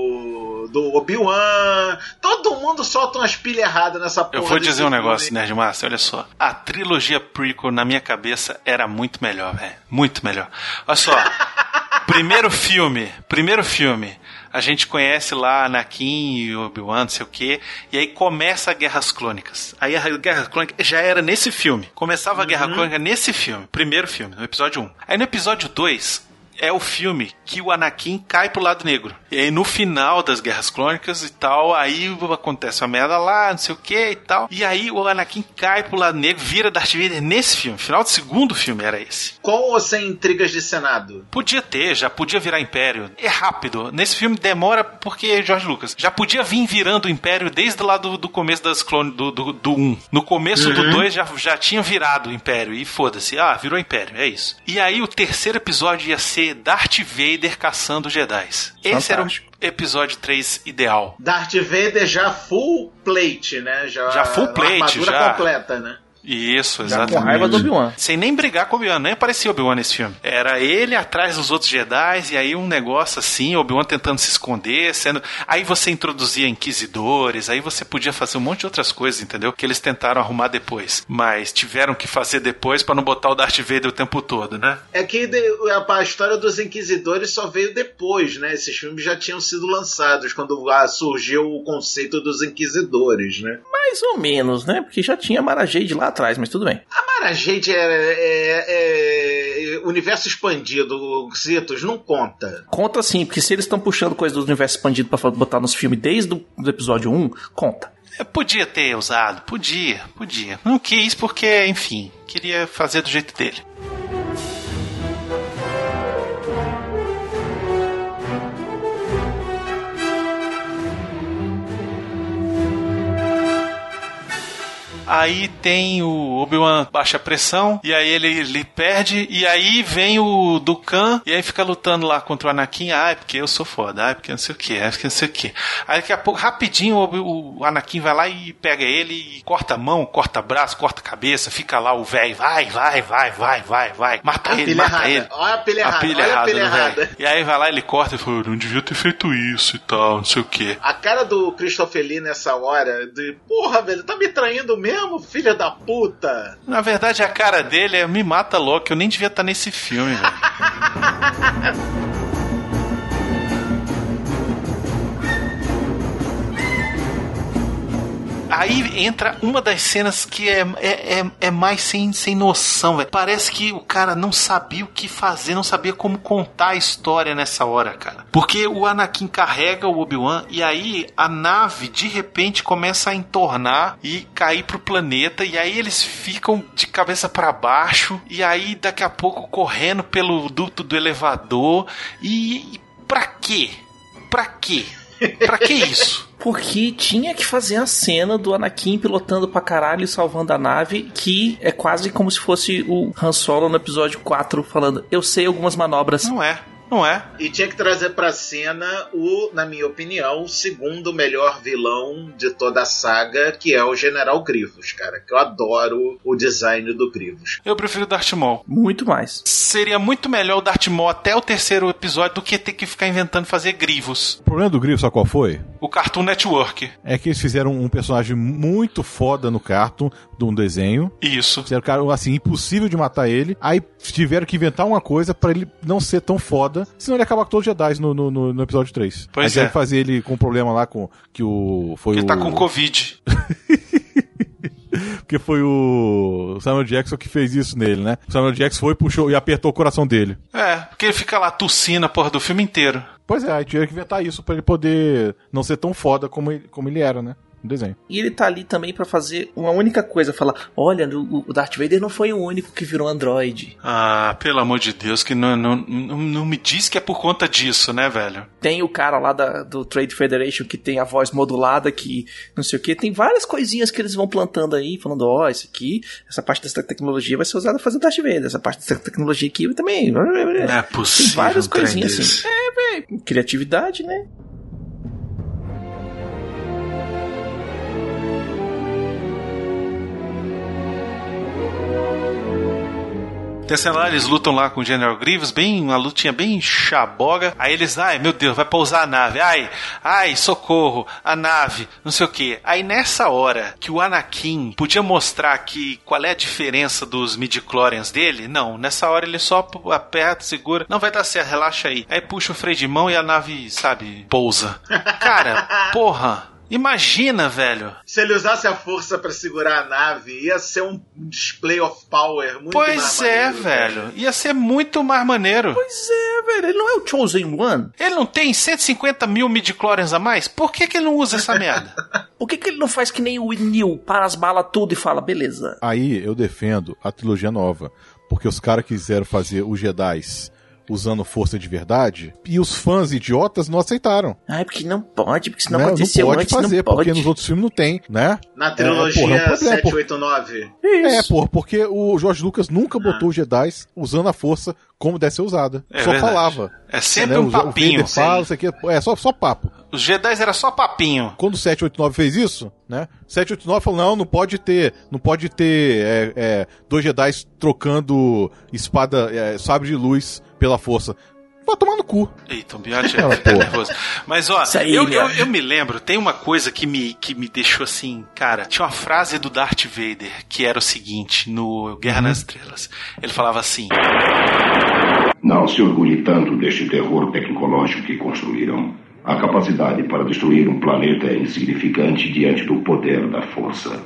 do, do Obi-Wan, todo mundo solta umas pilhas erradas nessa porra.
Eu vou dizer um
filme.
negócio, Nerdmaster, olha só. A trilogia prequel, na minha cabeça, era muito melhor, velho. Muito melhor. Olha só. Primeiro filme, primeiro filme, a gente conhece lá Anakin e Obi-Wan, não sei o quê, e aí começa a Guerras Clônicas. Aí a Guerra Clônica já era nesse filme. Começava a Guerra uhum. Clônica nesse filme, primeiro filme, no episódio um. Aí no episódio dois é o filme que o Anakin cai pro lado negro. E aí no final das Guerras Clônicas e tal, aí acontece uma merda lá, não sei o que e tal. E aí o Anakin cai pro lado negro, vira Darth Vader nesse filme. Final do segundo filme era esse.
Com ou sem intrigas de Senado?
Podia ter, já podia virar Império. É rápido. Nesse filme demora porque George Lucas já podia vir virando o Império desde lá do, do começo das clones do, do, do um. No começo uhum. do dois já, já tinha virado o Império. E foda-se. Ah, virou Império. É isso. E aí o terceiro episódio ia ser Darth Vader caçando Jedis. Esse era o episódio três ideal.
Darth Vader já full plate, né? Já,
já full plate,
armadura
já.
completa, né?
Isso,
já
exatamente.
Com raiva do Obi-Wan.
Sem nem brigar com o Obi-Wan, nem aparecia o Obi-Wan nesse filme. Era ele atrás dos outros Jedi, e aí um negócio assim, o Obi-Wan tentando se esconder, sendo... Aí você introduzia inquisidores, aí você podia fazer um monte de outras coisas, entendeu? Que eles tentaram arrumar depois. Mas tiveram que fazer depois pra não botar o Darth Vader o tempo todo, né?
É que a história dos inquisidores só veio depois, né? Esses filmes já tinham sido lançados, quando surgiu o conceito dos inquisidores, né?
Mais ou menos, né? Porque já tinha Mara Jade lá atrás, mas tudo bem.
A Mara Jade é, é, é universo expandido, Zitos, não conta.
Conta sim, porque se eles estão puxando coisa do universo expandido pra botar nos filmes desde o do episódio um, conta.
Eu podia ter usado, podia, podia. Não quis porque, enfim, queria fazer do jeito dele. Aí tem o Obi-Wan baixa pressão, e aí ele, ele perde, e aí vem o Dukan, e aí fica lutando lá contra o Anakin. Ah, é porque eu sou foda, ah, é porque não sei o que, é porque não sei o que. Aí daqui a pouco, rapidinho, o, o Anakin vai lá e pega ele, e corta a mão, corta braço, corta a cabeça, fica lá o velho, vai, vai, vai, vai, vai, vai, mata ele, mata
errada.
ele.
Olha a pilha
a
errada,
pilha
olha
errada,
a pilha errada.
Véio. E aí vai lá, ele corta e fala, não devia ter feito isso e tal, não sei o que.
A cara do Christopher Lee nessa hora, de porra, velho, tá me traindo mesmo? Filha da puta.
Na verdade, a cara dele é me mata louco. Eu nem devia estar nesse filme, velho. Aí entra uma das cenas que é, é, é, é mais sem, sem noção, velho. Parece que o cara não sabia o que fazer, não sabia como contar a história nessa hora, cara. Porque o Anakin carrega o Obi-Wan e aí a nave, de repente, começa a entornar e cair pro planeta. E aí eles ficam de cabeça para baixo. E aí, daqui a pouco, correndo pelo duto do elevador. E, e pra quê? Pra quê? Pra que isso?
Porque tinha que fazer a cena do Anakin pilotando pra caralho e salvando a nave, que é quase como se fosse o Han Solo no episódio quatro falando, eu sei algumas manobras.
Não é. Não é?
E tinha que trazer pra cena o, na minha opinião, o segundo melhor vilão de toda a saga, que é o General Grievous, cara. Que eu adoro o design do Grievous.
Eu prefiro o Darth Maul.
Muito mais.
Seria muito melhor o Darth Maul até o terceiro episódio do que ter que ficar inventando fazer Grievous.
O problema do Grievous, sabe qual foi?
O Cartoon Network.
É que eles fizeram um personagem muito foda no Cartoon, de um desenho.
Isso.
Fizeram, cara, assim, impossível de matar ele. Aí tiveram que inventar uma coisa pra ele não ser tão foda, senão ele acaba com todos os Jedi no, no, no, no episódio três.
Pois
Aí
é.
tiveram que fazer ele com um problema lá com que o... Foi
Porque
o...
tá com Covid.
Porque foi o Samuel Jackson que fez isso nele, né? O Samuel Jackson foi, puxou e apertou o coração dele.
É, porque ele fica lá tossindo a porra do filme inteiro.
Pois é, aí tiveram que inventar isso pra ele poder não ser tão foda como ele, como ele era, né? no desenho.
E ele tá ali também pra fazer uma única coisa, falar, olha, o Darth Vader não foi o único que virou androide.
Ah, pelo amor de Deus, que não, não, não, não me diz que é por conta disso, né, velho?
Tem o cara lá da, do Trade Federation que tem a voz modulada, que não sei o que, tem várias coisinhas que eles vão plantando aí, falando, ó, oh, isso aqui, essa parte dessa tecnologia vai ser usada pra fazer o Darth Vader, essa parte dessa tecnologia aqui também.
Não é possível.
Tem várias
um
coisinhas assim. É, velho, criatividade, né?
Tem a cena lá, eles lutam lá com o General Grievous, bem, uma lutinha bem chaboga. Aí eles, ai meu Deus, vai pousar a nave. Ai, ai, socorro, a nave, não sei o que. Aí nessa hora que o Anakin podia mostrar que qual é a diferença dos midi-chlorians dele, não, nessa hora ele só aperta, segura, não vai dar certo, relaxa aí. Aí puxa o freio de mão e a nave, sabe, pousa. Cara, porra. Imagina, velho.
Se ele usasse a força pra segurar a nave, ia ser um display of power muito
pois
mais
é,
maneiro.
velho. Cara. Ia ser muito mais maneiro.
Pois é, velho. Ele não é o Chosen One.
Ele não tem cento e cinquenta mil midi-chlorians a mais? Por que que ele não usa essa merda?
Por que que ele não faz que nem o Neil, para as balas tudo e fala, beleza?
Aí eu defendo a trilogia nova. Porque os caras quiseram fazer os Jedis usando força de verdade, e os fãs idiotas não aceitaram.
Ah, é porque não pode, porque senão
não,
aconteceu
não pode
antes,
fazer,
não pode.
porque nos outros filmes não tem, né?
Na trilogia
é, porra, é um problema,
sete, oito, nove.
É, porra, porque o George Lucas nunca botou os Jedis usando a força como deve ser usada.
É
só
verdade.
falava.
É sempre
né?
um papinho.
O Vader fala, isso aqui, é só, só papo.
Os Jedi era só papinho.
Quando o sete oito nove fez isso, né? sete oito nove falou, não, não pode ter, não pode ter é, é, dois Jedi trocando espada, é, sabre de luz pela força. Vai tomar no cu.
Eita, o Biote é tá nervoso. Mas, ó,
aí,
eu, eu, eu me lembro, tem uma coisa que me, que me deixou assim, cara, tinha uma frase do Darth Vader, que era o seguinte, no Guerra uhum. nas Estrelas. Ele falava assim...
Não se orgulhe tanto deste terror tecnológico que construíram. A capacidade para destruir um planeta é insignificante diante do poder da força.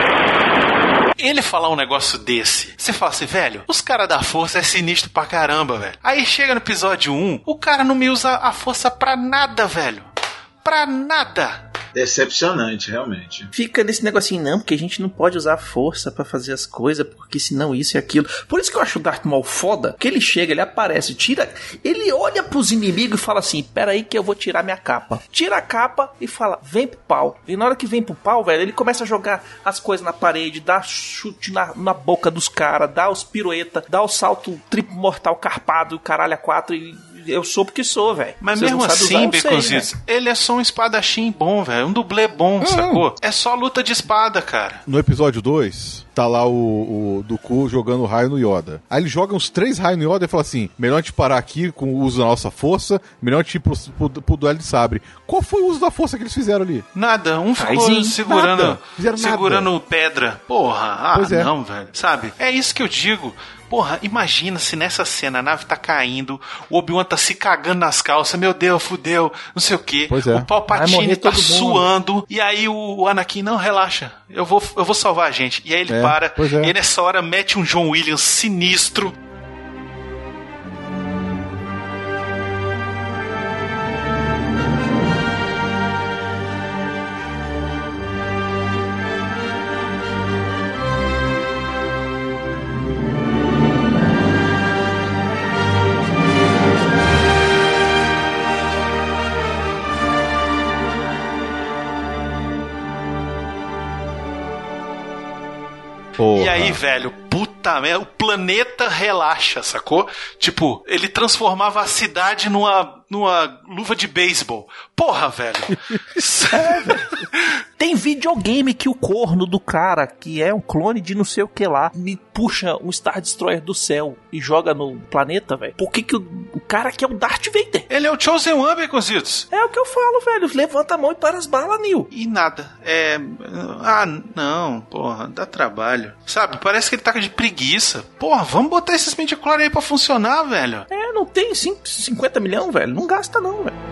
Ele falar um negócio desse, você fala assim, velho, os caras da força é sinistro pra caramba, velho. Aí chega no episódio um, o cara não me usa a força pra nada, velho. Pra nada.
Decepcionante, realmente.
Fica nesse negocinho, não, porque a gente não pode usar a força pra fazer as coisas, porque senão isso e aquilo. Por isso que eu acho o Darth Maul foda, que ele chega, ele aparece, tira, ele olha pros inimigos e fala assim, pera aí que eu vou tirar minha capa. Tira a capa e fala, vem pro pau. E na hora que vem pro pau, velho, ele começa a jogar as coisas na parede, dá chute na, na boca dos caras, dá os pirueta, dá o salto triplo mortal carpado, caralho a quatro e... Eu sou porque sou, velho.
Mas Vocês mesmo assim, Beconzitos, ele é só um espadachim bom, velho. Um dublê bom, hum. sacou? É só luta de espada, cara.
No episódio dois, tá lá o, o Dooku jogando raio no Yoda. Aí ele joga uns três raios no Yoda e fala assim, melhor a gente parar aqui com o uso da nossa força, melhor a gente ir pro, pro, pro duelo de sabre. Qual foi o uso da força que eles fizeram ali?
Nada. Um ficou
Ai,
segurando,
nada.
segurando nada. pedra. Porra, ah,
pois é.
não, velho. Sabe? É isso que eu digo. Porra, imagina se nessa cena a nave tá caindo, o Obi-Wan tá se cagando nas calças, meu Deus, fudeu, não sei o quê.
Pois é.
O Palpatine tá suando, e aí o Anakin, não, relaxa, eu vou, eu vou salvar a gente. E aí ele
é,
para,
é.
e nessa hora mete um John Williams sinistro.
Porra.
E aí, velho, puta merda, o planeta relaxa, sacou? Tipo, ele transformava a cidade numa, numa luva de beisebol. Porra, velho.
É, velho. Tem videogame que o corno do cara, que é um clone de não sei o que lá, me puxa um Star Destroyer do céu e joga no planeta, velho. Por que que o, o cara que é o Darth Vader?
Ele é o Chosen One, Beconzitos.
É o que eu falo, velho. Levanta a mão e para as balas, Neil.
E nada. É... Ah, não, porra, dá trabalho. Sabe, parece que ele tá de preguiça. Porra, vamos botar esses midi-chlorians aí pra funcionar, velho.
É, não tem cinquenta milhões, velho. Não gasta não, velho.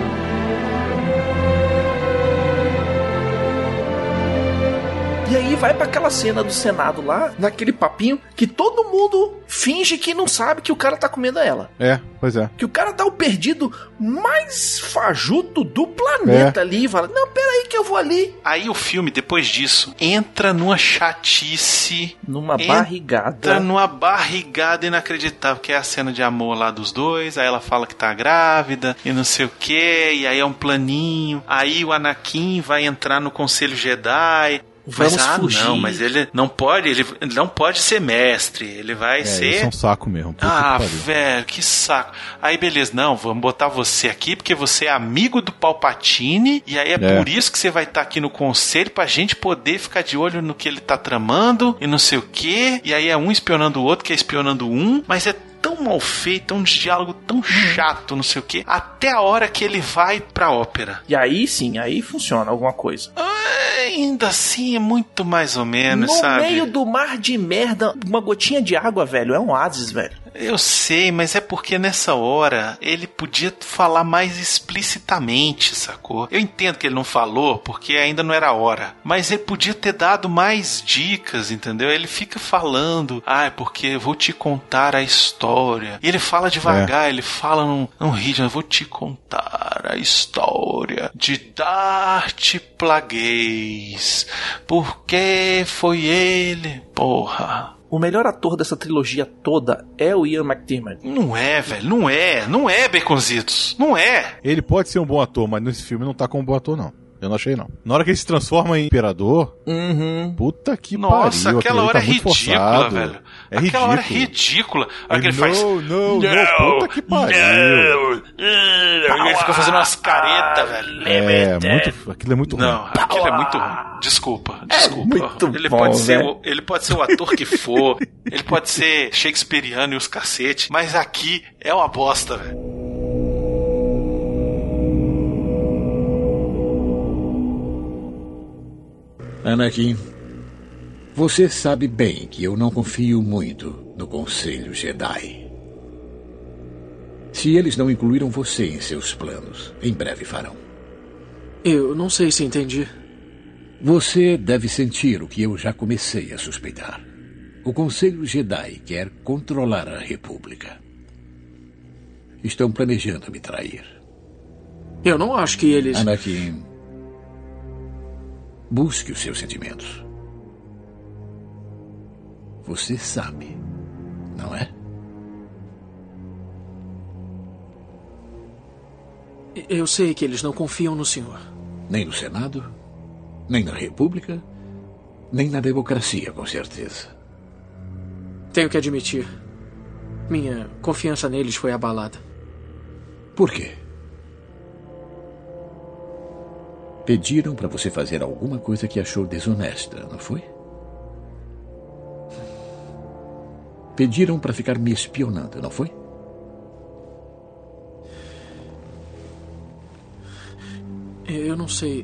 E aí vai pra aquela cena do Senado lá, naquele papinho, que todo mundo finge que não sabe que o cara tá comendo ela.
É, pois é.
Que o cara tá o perdido mais fajuto do planeta é. ali. E fala, não, peraí que eu vou ali.
Aí o filme, depois disso, entra numa chatice.
Numa barrigada.
Entra numa barrigada inacreditável, que é a cena de amor lá dos dois. Aí ela fala que tá grávida e não sei o que. E aí é um planinho. Aí o Anakin vai entrar no Conselho Jedi.
Vamos
mas, ah,
fugir.
não, mas ele não pode, ele não pode ser mestre, ele vai
é,
ser...
Isso é um saco mesmo.
Ah, que velho, que saco. Aí, beleza, não, vamos botar você aqui, porque você é amigo do Palpatine, e aí é, é. por isso que você vai estar aqui no conselho, pra gente poder ficar de olho no que ele tá tramando, e não sei o quê, e aí é um espionando o outro, que é espionando um, mas é tão mal feito, é um diálogo tão chato, não sei o que, até a hora que ele vai pra ópera.
E aí sim, aí funciona alguma coisa.
Ainda assim é muito mais ou menos,
no
sabe?
No meio do mar de merda, uma gotinha de água, velho, é um oásis, velho.
Eu sei, mas é porque nessa hora ele podia falar mais explicitamente, sacou? Eu entendo que ele não falou porque ainda não era a hora, mas ele podia ter dado mais dicas, entendeu? Ele fica falando, ah, é porque eu vou te contar a história. E ele fala devagar, é. ele fala num, num ritmo, eu vou te contar a história de Darth Plagueis. Porque foi ele, porra.
O melhor ator dessa trilogia toda é o Ian McDiarmid.
Não é, velho. Não é. Não é, Baconzitos. Não é.
Ele pode ser um bom ator, mas nesse filme não tá como um bom ator, não. Eu não achei, não. Na hora que ele se transforma em imperador,
uhum.
puta que
Nossa,
pariu.
aquela hora
tá
é ridícula,
forçado.
velho.
É
aquela
ridículo.
hora é ridícula. A hora que ele
não,
faz...
Não, não, não, puta que pariu.
Não. Ele fica fazendo umas caretas, velho.
É, muito, aquilo é muito ruim.
Não, aquilo é muito ruim. Desculpa, desculpa.
É muito
ele,
bom,
pode ser
o,
ele pode ser o ator que for, ele pode ser shakespeariano e os cacete, mas aqui é uma bosta, velho.
Anakin, você sabe bem que eu não confio muito no Conselho Jedi. Se eles não incluíram você em seus planos, em breve farão.
Eu não sei se entendi.
Você deve sentir o que eu já comecei a suspeitar. O Conselho Jedi quer controlar a República. Estão planejando me trair.
Eu não acho que eles...
Anakin, busque os seus sentimentos. Você sabe, não é?
Eu sei que eles não confiam no senhor.
Nem no Senado, nem na República, nem na democracia, com certeza.
Tenho que admitir. Minha confiança neles foi abalada.
Por quê? Pediram para você fazer alguma coisa que achou desonesta, não foi? Pediram para ficar me espionando, não foi?
Eu não sei...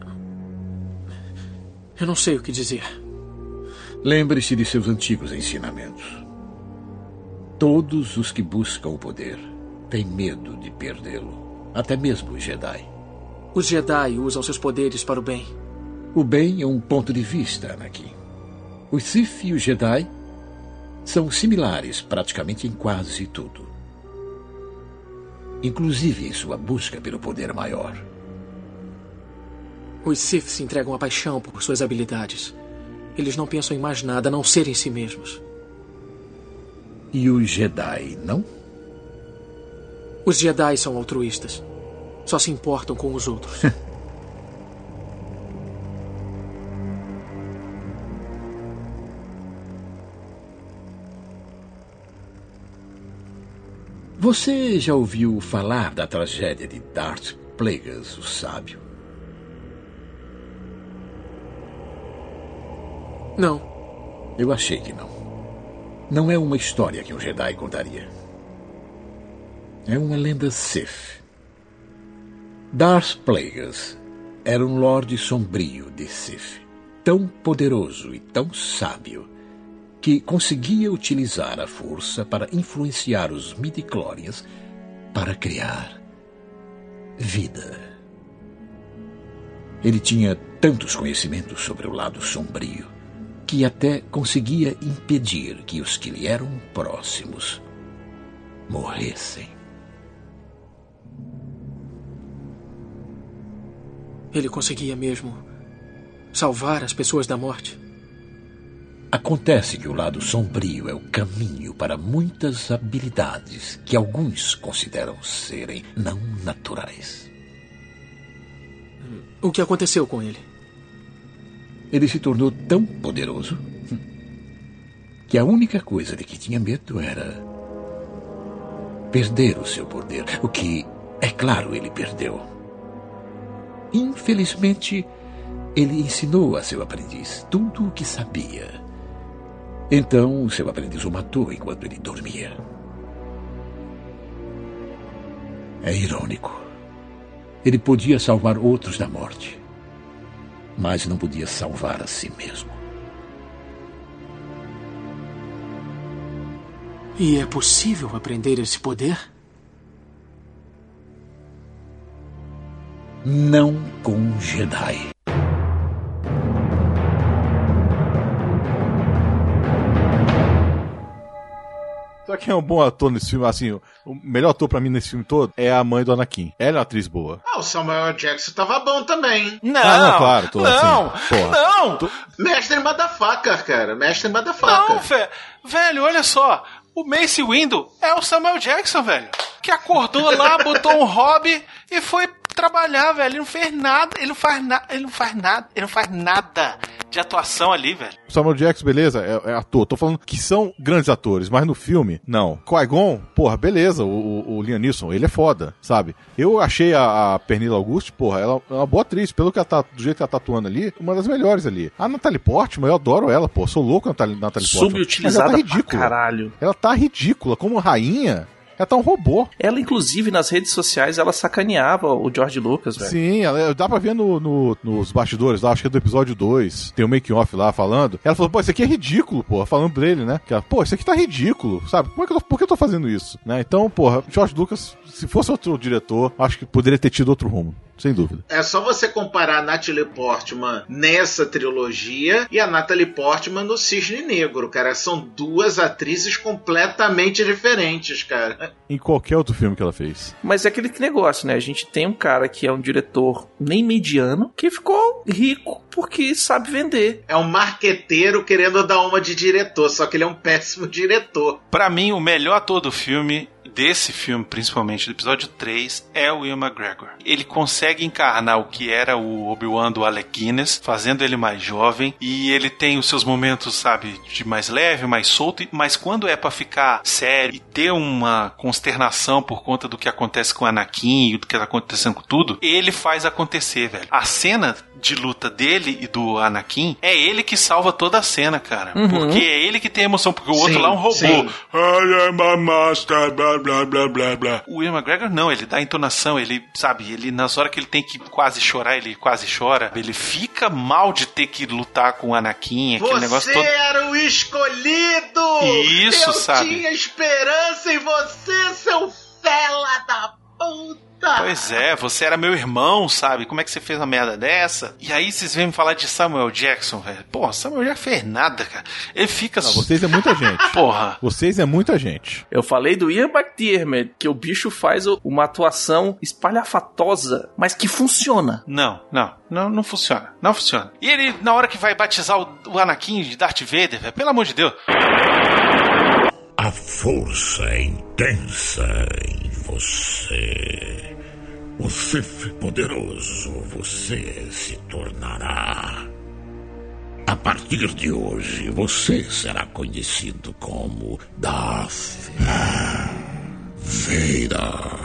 Eu não sei o que dizer.
Lembre-se de seus antigos ensinamentos. Todos os que buscam o poder têm medo de perdê-lo. Até mesmo os Jedi.
Os Jedi usam seus poderes para o bem.
O bem é um ponto de vista, Anakin. Os Sith e os Jedi são similares praticamente em quase tudo. Inclusive em sua busca pelo poder maior.
Os Sith se entregam à paixão por suas habilidades. Eles não pensam em mais nada a não ser em si mesmos.
E os Jedi, não?
Os Jedi são altruístas. Só se importam com os outros.
Você já ouviu falar da tragédia de Darth Plagueis, o Sábio?
Não.
Eu achei que não. Não é uma história que um Jedi contaria. É uma lenda Sith. Darth Plagueis era um Lorde Sombrio de Sith, tão poderoso e tão sábio que conseguia utilizar a força para influenciar os midi-chlorians para criar vida. Ele tinha tantos conhecimentos sobre o lado sombrio que até conseguia impedir que os que lhe eram próximos morressem.
Ele conseguia mesmo salvar as pessoas da morte?
Acontece que o lado sombrio é o caminho para muitas habilidades que alguns consideram serem não naturais.
O que aconteceu com ele?
Ele se tornou tão poderoso que a única coisa de que tinha medo era perder o seu poder. O que, é claro, ele perdeu. Infelizmente, ele ensinou a seu aprendiz tudo o que sabia. Então, o seu aprendiz o matou enquanto ele dormia. É irônico. Ele podia salvar outros da morte, mas não podia salvar a si mesmo.
E é possível aprender esse poder?
Não com Jedi.
Sabe quem é um bom ator nesse filme? Assim, o melhor ator pra mim nesse filme todo é a mãe do Anakin. Ela é uma atriz boa.
Ah, o Samuel Jackson tava bom também.
Não,
ah, não, claro, tô
não,
assim, porra.
não.
Tô...
Mestre Motherfucker, cara. Mestre Motherfucker.
Não, velho. Velho, olha só. O Mace Windu é o Samuel Jackson, velho. Que acordou lá, botou um hobby e foi trabalhar, velho. Ele não fez nada, ele não faz nada, ele não faz nada, ele não faz nada de atuação ali, velho.
O Samuel Jackson, beleza, é, é ator. Tô falando que são grandes atores, mas no filme, não. Qui-Gon, porra, beleza, o, o, o Liam Neeson, ele é foda, sabe? Eu achei a, a Pernilla Auguste, porra, ela é uma boa atriz, pelo que ela tá, do jeito que ela tá atuando ali, uma das melhores ali. A Natalie Portman, eu adoro ela, pô, sou louco Natalie, Natalie Portman.
Subutilizada
ela tá ridícula.
pra caralho.
Ela tá ridícula, como rainha. Ela tá um robô.
Ela, inclusive, nas redes sociais, ela sacaneava o George Lucas, velho.
Sim, ela, dá pra ver no, no, nos bastidores lá, acho que é do episódio dois, tem o make-off lá falando. Ela falou, pô, isso aqui é ridículo, pô, falando pra ele, né? Que ela, pô, isso aqui tá ridículo, sabe? Como é que eu tô, por que eu tô fazendo isso? Né? Então, porra, George Lucas, se fosse outro diretor, acho que poderia ter tido outro rumo. Sem dúvida.
É só você comparar a Natalie Portman nessa trilogia e a Natalie Portman no Cisne Negro, cara. São duas atrizes completamente diferentes, cara.
Em qualquer outro filme que ela fez.
Mas é aquele negócio, né? A gente tem um cara que é um diretor nem mediano, que ficou rico porque sabe vender.
É um marqueteiro querendo dar uma de diretor, só que ele é um péssimo diretor.
Pra mim, o melhor ator do filme, desse filme, principalmente do episódio três, é o Ian McGregor. Ele consegue encarnar o que era o Obi-Wan do Alec Guinness, fazendo ele mais jovem, e ele tem os seus momentos, sabe, de mais leve, mais solto, mas quando é pra ficar sério e ter uma consternação por conta do que acontece com o Anakin e do que tá acontecendo com tudo, ele faz acontecer, velho. A cena de luta dele e do Anakin, é ele que salva toda a cena, cara. Uhum. Porque é ele que tem emoção, porque o sim, outro lá é um robô. Sim. I am a master, blá, blá, blá, blá, blá. O Ian McGregor não, ele dá entonação, ele, sabe, ele nas horas que ele tem que quase chorar, ele quase chora. Ele fica mal de ter que lutar com o Anakin, aquele
você
negócio todo.
Você era o escolhido!
Isso,
eu
sabe?
Eu tinha esperança em você, seu fela da puta!
Pois é, você era meu irmão, sabe? Como é que você fez uma merda dessa? E aí vocês vêm me falar de Samuel Jackson, velho. Pô, Samuel Jackson fez nada, cara. Ele fica...
Não, vocês é muita gente.
Porra.
Vocês é muita gente.
Eu falei do Ian McDiarmid, que o bicho faz uma atuação espalhafatosa, mas que funciona.
Não, não. Não, não funciona. Não funciona. E ele, na hora que vai batizar o, o Anakin de Darth Vader, velho, pelo amor de Deus...
A força é intensa em você. O Sith poderoso você se tornará. A partir de hoje, você será conhecido como Darth Vader.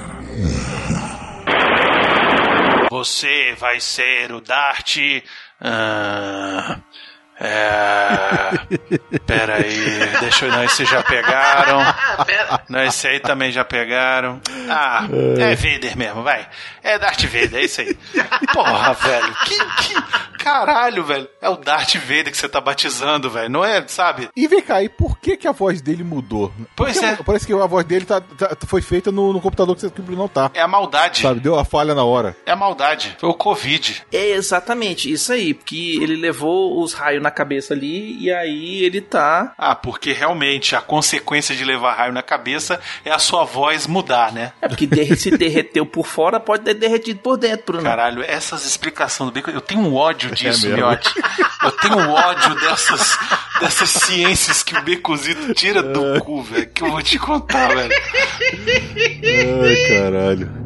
Você vai ser o Darth... Uh... É... Pera aí, deixa eu... Não, esse já pegaram. Não, esse aí também já pegaram. Ah, é Vader mesmo, vai. É Darth Vader, é isso aí. Porra, velho. Que, que... caralho, velho. É o Darth Vader que você tá batizando, velho. Não é, sabe?
E vem cá, e por que que a voz dele mudou?
Pois
Porque
é.
Parece que a voz dele tá, tá- foi feita no, no computador que você não tá.
É a maldade.
Sabe, deu a falha na hora.
É a maldade. Foi o Covid.
É exatamente isso aí, porque ele levou os raios na cabeça ali e aí ele tá...
Ah, porque realmente a consequência de levar raio na cabeça é a sua voz mudar, né?
É porque derre- se derreteu por fora, pode ter derretido por dentro, Bruno.
Caralho, essas explicações do Bacon, eu tenho um ódio disso,
mesmo.
Miotti. Eu tenho um ódio dessas, dessas ciências que o Becozito tira do cu, velho, que eu vou te contar, velho.
Ai, caralho.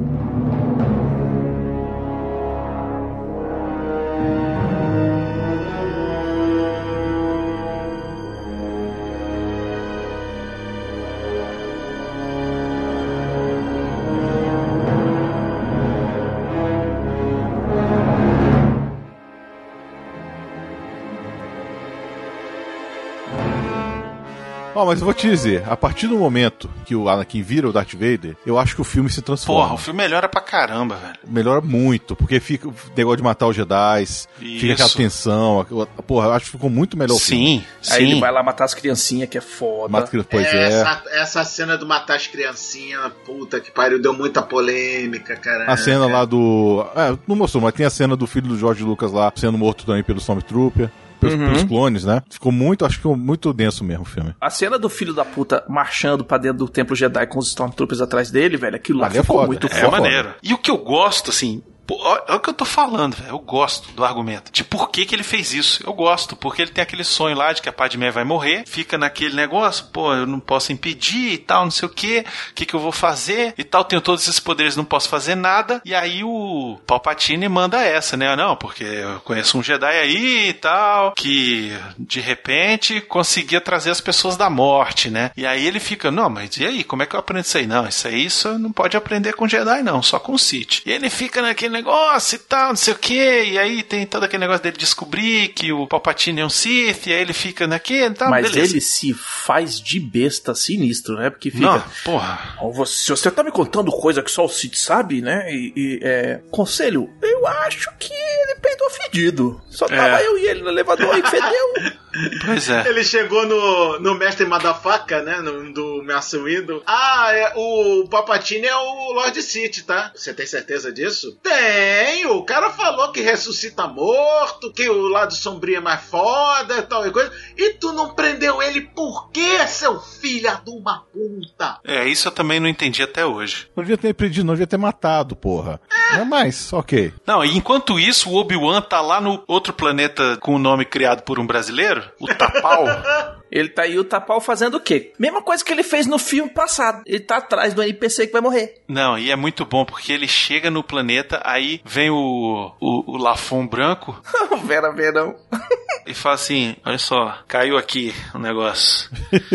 Ó, mas eu vou te dizer, a partir do momento que o Anakin vira o Darth Vader, eu acho que o filme se transforma.
Porra, o filme melhora pra caramba, velho.
Melhora muito, porque fica o negócio de matar os Jedi, fica aquela tensão. aquela- Porra, eu acho que ficou muito melhor o filme.
Sim,
Aí
sim.
ele vai lá matar as criancinhas, que é foda.
Mata que- Pois é.
Essa, essa cena do matar as criancinhas, puta que pariu, deu muita polêmica, cara.
A cena lá do... É, não mostrou, mas tem a cena do filho do George Lucas lá, sendo morto também pelo Stormtrooper. Pelos,
Uhum.
pelos clones, né? Ficou muito, acho que ficou muito denso mesmo o filme.
A cena do filho da puta marchando pra dentro do templo Jedi com os Stormtroopers atrás dele, velho, aquilo lá
Ali é
ficou
foda.
muito
É
foda.
maneiro. E o que eu gosto, assim... Pô, olha o que eu tô falando, velho. Eu gosto do argumento. De por que que ele fez isso. Eu gosto, porque ele tem aquele sonho lá de que a Padmé vai morrer. Fica naquele negócio, pô, eu não posso impedir e tal, não sei o quê. O que que eu vou fazer e tal. Tenho todos esses poderes, não posso fazer nada. E aí o Palpatine manda essa, né? Não, porque eu conheço um Jedi aí e tal, que de repente conseguia trazer as pessoas da morte, né? E aí ele fica, não, mas e aí? Como é que eu aprendo isso aí? Não, isso aí isso não pode aprender com Jedi, não. Só com Sith. E ele fica naquele negócio e tal, não sei o que, e aí tem todo aquele negócio dele descobrir que o Palpatine é um Sith, e aí ele fica naquele e tal,
Mas
beleza.
ele se faz de besta sinistro, né? Porque fica...
Não, porra.
"Ó, você, se você tá me contando coisa que só o Cid sabe, né? E, e, é... Conselho, eu acho que ele peidou fedido. Só tava
É.
eu e ele no elevador e fedeu.
Pois é.
Ele chegou no, no Mestre Madafaca, né? No, do Master Windu. Ah, é, o Palpatine é o Lord Sith, tá? Você tem certeza disso? Tenho! O cara falou que ressuscita morto, que o lado sombrio é mais foda e tal e coisa. E tu não prendeu ele por quê, seu filho de uma puta?
É, isso eu também não entendi até hoje.
Não devia ter prendido, não devia ter matado, porra. Não é mais, ok.
Não, e enquanto isso, o Obi-Wan tá lá no outro planeta com o nome criado por um brasileiro, o Tapau.
Ele tá aí o Tapau fazendo o quê? Mesma coisa que ele fez no filme passado. Ele tá atrás do N P C que vai morrer.
Não, e é muito bom, porque ele chega no planeta, aí vem o, o, o Lafon branco
Vera Verão.
e fala assim, olha só, caiu aqui o negócio.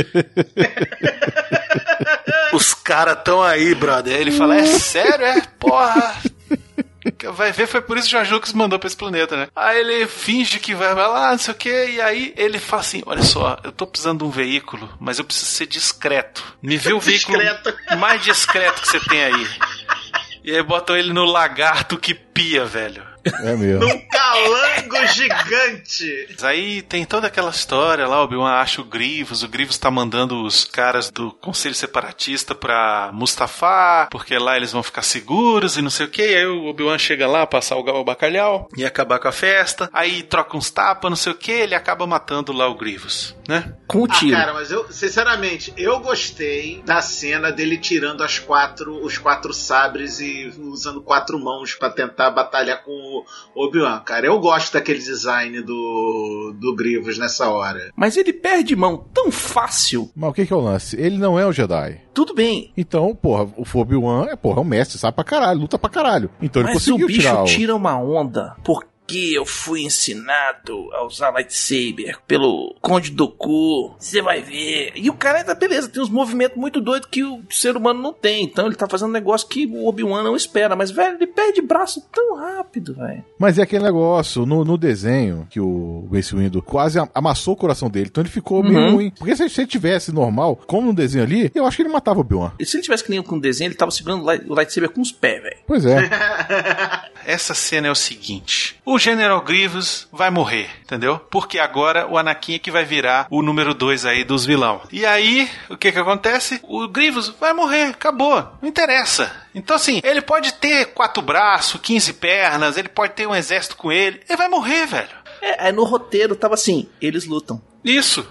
Os caras tão aí, brother. Aí ele fala, é sério? É? Porra... Vai ver, foi por isso que o George Lucas mandou pra esse planeta, né? Aí ele finge que vai, vai lá, não sei o que, e aí ele fala assim, olha só, eu tô precisando de um veículo, mas eu preciso ser discreto. Me vê o veículo
Discreto.
mais discreto que você tem aí. E aí botam ele no lagarto que pia, velho.
É mesmo.
Num calango gigante.
Aí tem toda aquela história lá, o Obi-Wan acha o Grievous, o Grievous tá mandando os caras do Conselho Separatista pra Mustafar, porque lá eles vão ficar seguros e não sei o que, aí o Obi-Wan chega lá pra salgar o bacalhau e acabar com a festa, aí troca uns tapas, não sei o que, ele acaba matando lá o Grievous, né?
Com o
Ah,
tiro.
cara, mas eu, sinceramente, eu gostei da cena dele tirando as quatro, os quatro sabres e usando quatro mãos pra tentar batalhar com o Obi-Wan, cara. Eu gosto daquele design do, do Grievous nessa hora.
Mas ele perde mão tão fácil.
Mas o que que é o lance? Ele não é um Jedi.
Tudo bem.
Então, porra, o Obi-Wan é, porra, é um mestre, sabe pra caralho, luta pra caralho. Então ele
Mas o
conseguiu
bicho
tirar o...
tira uma onda. Por que eu fui ensinado a usar lightsaber pelo Conde Dooku? Você vai ver. E o cara tá beleza, tem uns movimentos muito doidos que o ser humano não tem. Então ele tá fazendo um negócio que o Obi-Wan não espera. Mas, velho, ele perde braço tão rápido, velho.
Mas é aquele negócio, no, no desenho, que o Mace Windu quase amassou o coração dele, então ele ficou meio
Uhum.
ruim. Porque se ele tivesse normal, como no desenho ali, eu acho que ele matava o Obi-Wan.
E se ele tivesse que nem com um desenho, ele tava segurando o light- o lightsaber com os pés, velho.
Pois é.
Essa cena é o seguinte, o General Grievous vai morrer, entendeu? Porque agora o Anakin é que vai virar o número dois aí dos vilão. E aí, o que que acontece? O Grievous vai morrer, acabou, não interessa. Então assim, ele pode ter quatro braços, quinze pernas, ele pode ter um exército com ele, ele vai morrer, velho.
É, é no roteiro tava assim, eles lutam.
Isso.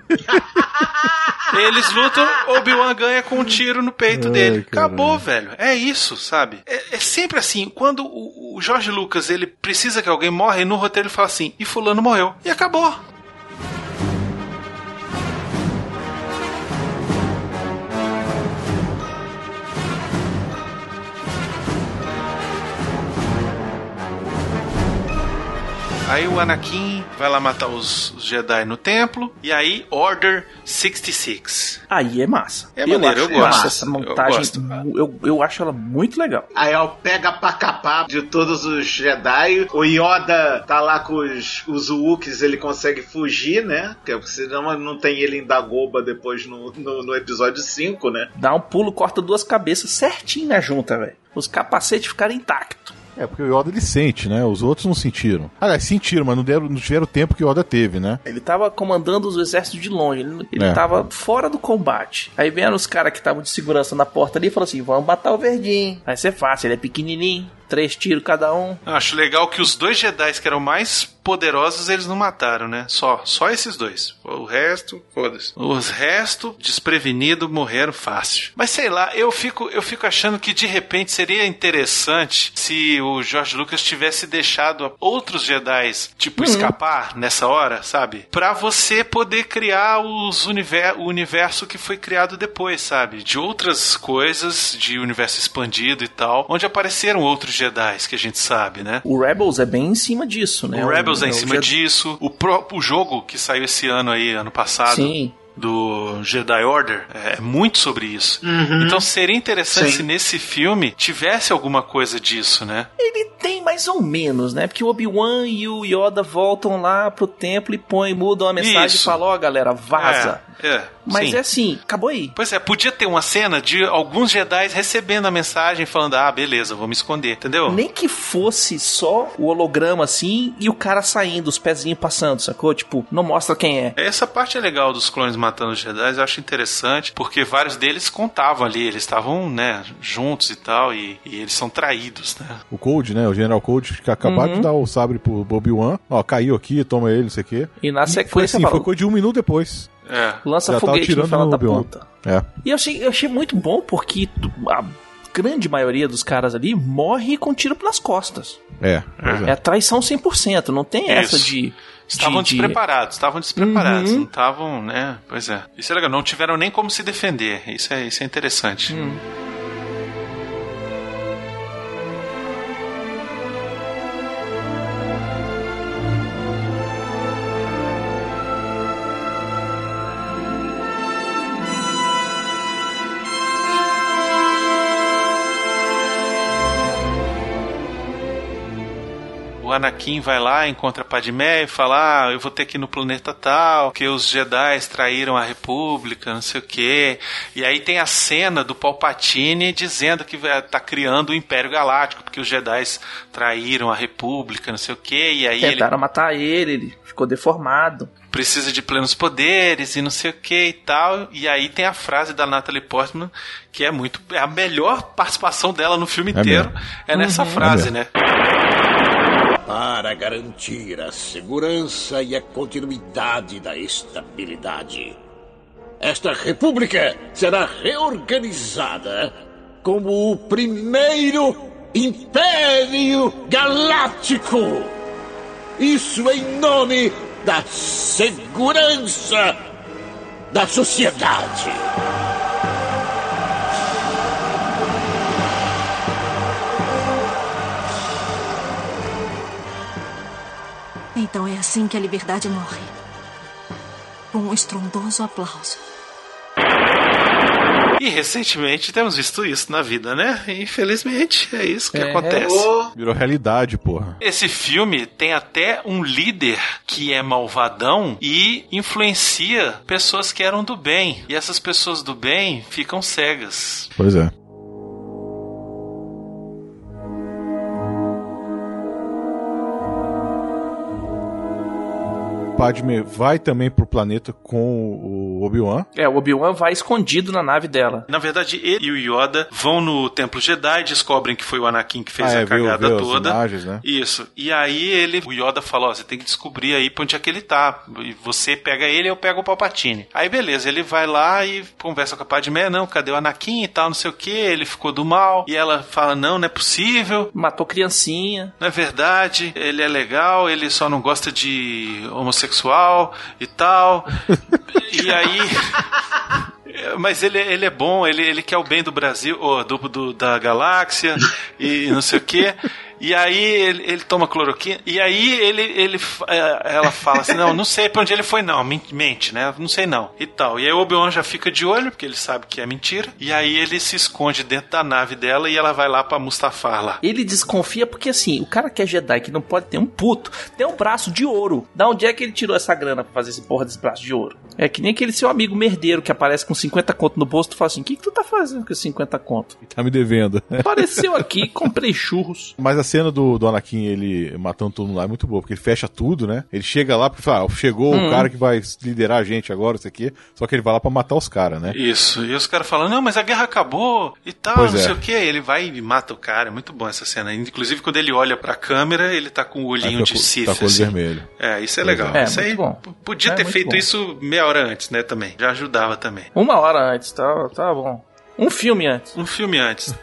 Eles lutam, Obi-Wan ganha com um tiro no peito
Ai,
dele.
caramba.
Acabou, velho. É isso, sabe? É, é sempre assim. Quando o, o George Lucas ele precisa que alguém morra, e no roteiro ele fala assim, e fulano morreu. E acabou. Aí o Anakin vai lá matar os, os Jedi no templo. E aí, Order sessenta e seis.
Aí é massa.
É maneiro, eu
acho
gosto.
massa essa montagem.
Eu gosto.
Eu, eu acho ela muito legal.
Aí ó, pega pra capar de todos os Jedi. O Yoda tá lá com os, os Wookiees, ele consegue fugir, né? Porque senão não tem ele em Dagobah depois no, no, no episódio cinco, né?
Dá um pulo, corta duas cabeças certinho na junta, velho. Os capacetes ficaram intactos.
É, porque o Yoda ele sente, né? Os outros não sentiram. Aliás, sentiram, mas não, deram, não tiveram o tempo que o Yoda teve, né?
Ele tava comandando os exércitos de longe. Ele, ele
É.
tava fora do combate. Aí vieram os caras que estavam de segurança na porta ali e falaram assim: vamos matar o verdinho. Vai ser fácil, ele é pequenininho. Três tiros cada um.
Eu acho legal que os dois Jedi que eram mais poderosos, eles não mataram, né? Só, só esses dois. O resto, foda-se. Os restos, desprevenidos, morreram fácil. Mas sei lá, eu fico, eu fico achando que de repente seria interessante se o George Lucas tivesse deixado outros Jedi, tipo,
Uhum.
escapar nessa hora, sabe? Pra você poder criar os univer- o universo que foi criado depois, sabe? De outras coisas, de universo expandido e tal, onde apareceram outros Jedi que a gente sabe, né?
O Rebels é bem em cima disso, né?
O Rebels é em
o
cima
Jedi-
disso. O, pro, o jogo que saiu esse ano aí, ano passado,
Sim.
do Jedi Order, é muito sobre isso.
Uhum.
Então seria interessante
Sim.
se nesse filme tivesse alguma coisa disso, né?
Ele tem mais ou menos, né? Porque o Obi-Wan e o Yoda voltam lá pro templo e põem, mudam a mensagem
Isso.
e falam: ó, galera, vaza.
É, é,
Mas
sim.
é assim, acabou aí.
Pois é, podia ter uma cena de alguns Jedi recebendo a mensagem falando, ah, beleza, vou me esconder, entendeu?
Nem que fosse só o holograma assim e o cara saindo, os pezinhos passando, sacou? Tipo, não mostra quem é.
Essa parte é legal dos clones matando os Jedi, eu acho interessante, porque vários deles contavam ali, eles estavam, né, juntos e tal, e, e eles são traídos, né?
O Cold, né? O General Cold que acabou
Uhum.
de dar o sabre pro Obi-Wan. Ó, caiu aqui, toma ele, não sei o quê.
E na
E foi
sequência
assim,
fala,
foi coisa de um minuto depois.
É.
lança
Já tava
foguete no
tirando
final
no
da
Obi-Wan.
puta.
É.
E eu achei, eu achei muito bom porque a grande maioria dos caras ali morre com tiro pelas costas.
É, pois
É
é.
traição cem por cento, não tem essa
Isso.
de...
Estavam
de-
despreparados, estavam despreparados,
Uhum.
não estavam, né? Pois é. Isso é legal, não tiveram nem como se defender. Isso é, isso é interessante.
Hum.
O Anakin vai lá, encontra a Padmé e fala, ah, eu vou ter que ir no planeta tal, que os Jedi traíram a República, não sei o quê. E aí tem a cena do Palpatine dizendo que vai- tá criando o Império Galáctico, porque os Jedi traíram a República, não sei o quê. E aí ele
Tentaram matar ele, ele ficou deformado.
precisa de plenos poderes e não sei o que e tal. E aí tem a frase da Natalie Portman, que é muito... é a melhor participação dela no filme
É
inteiro.
mesmo.
É nessa
Uhum.
frase,
É
né?
Para garantir a segurança e a continuidade da estabilidade, esta república será reorganizada como o primeiro Império Galáctico. Isso em nome da segurança da sociedade.
Então é assim que a liberdade morre. Com um estrondoso aplauso.
E recentemente temos visto isso na vida, né? Infelizmente, é isso que
É.
acontece.
Virou realidade, porra.
Esse filme tem até um líder que é malvadão e influencia pessoas que eram do bem. E essas pessoas do bem ficam cegas.
Pois é. Padme vai também pro planeta com o Obi-Wan.
É, o Obi-Wan vai escondido na nave dela.
Na verdade, ele e o Yoda vão no Templo Jedi, descobrem que foi o Anakin que fez
ah,
a
é,
cagada
viu, viu
toda.
as imagens, né?
Isso. E aí ele, o Yoda fala, ó, você tem que descobrir aí pra onde é que ele tá. E você pega ele, eu pego o Palpatine. Aí beleza, ele vai lá e conversa com a Padmé, não, cadê o Anakin e tal, não sei o que, ele ficou do mal. E ela fala, não, não é possível.
Matou criancinha.
Não é verdade, ele é legal, ele só não gosta de homossexual e tal. E aí... Mas ele, ele é bom, ele, ele quer o bem do Brasil, ou do, do, da galáxia, e não sei o quê. E aí ele, ele toma cloroquina, e aí ele, ele, ela fala assim, não, não sei pra onde ele foi não, mente, né, não sei não, e tal. E aí o Obi-Wan já fica de olho, porque ele sabe que é mentira, e aí ele se esconde dentro da nave dela e ela vai lá pra Mustafar lá.
Ele desconfia porque assim, o cara que é Jedi, que não pode ter um puto, tem um braço de ouro. Da onde é que ele tirou essa grana pra fazer esse porra desse braço de ouro? É que nem aquele seu amigo merdeiro que aparece com cinquenta conto no bolso, tu fala assim, o que, que tu tá fazendo com cinquenta conto?
Tá me devendo.
Apareceu aqui, comprei churros.
Mas a cena do, do Anakin, ele matando todo mundo lá é muito boa, porque ele fecha tudo, né? Ele chega lá porque fala, ah, chegou hum. o cara que vai liderar a gente agora, isso aqui, só que ele vai lá pra matar os caras, né?
Isso, e os caras falam, não, mas a guerra acabou e tal, pois não é. sei o que, ele vai e mata o cara, é muito bom essa cena. Inclusive, quando ele olha pra câmera, ele tá com o olhinho de Sith.
Tá com o olho
assim.
vermelho.
É, isso é legal.
É,
isso aí,
bom.
Podia
é,
ter feito
bom.
isso meia hora antes, né, também. Já ajudava também.
Uma hora antes, tá, tá bom. Um filme antes.
Um filme antes.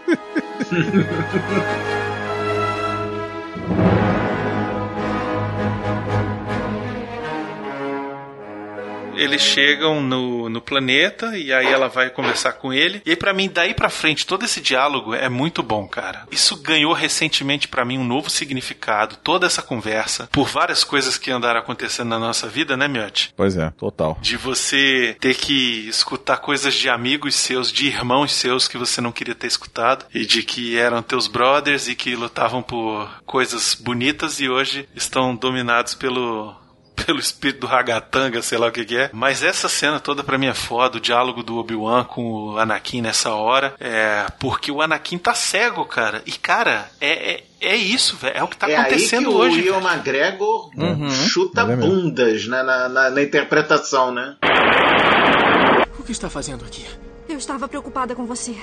Eles chegam no, no planeta e aí ela vai conversar com ele. E aí, pra mim, daí pra frente, todo esse diálogo é muito bom, cara. Isso ganhou recentemente pra mim um novo significado. Toda essa conversa, por várias coisas que andaram acontecendo na nossa vida, né, Miotti?
Pois é, total.
De você ter que escutar coisas de amigos seus, de irmãos seus que você não queria ter escutado. E de que eram teus brothers e que lutavam por coisas bonitas e hoje estão dominados pelo... pelo espírito do ragatanga, sei lá o que que é. Mas essa cena toda pra mim é foda, o diálogo do Obi-Wan com o Anakin nessa hora, é porque o Anakin tá cego, cara. E, cara, é, é, é isso, velho. É o que tá
é
acontecendo
aí que
hoje.
O Ian McGregor
uhum.
chuta é bundas né, na, na, na interpretação, né?
O que está fazendo aqui?
Eu estava preocupada com você.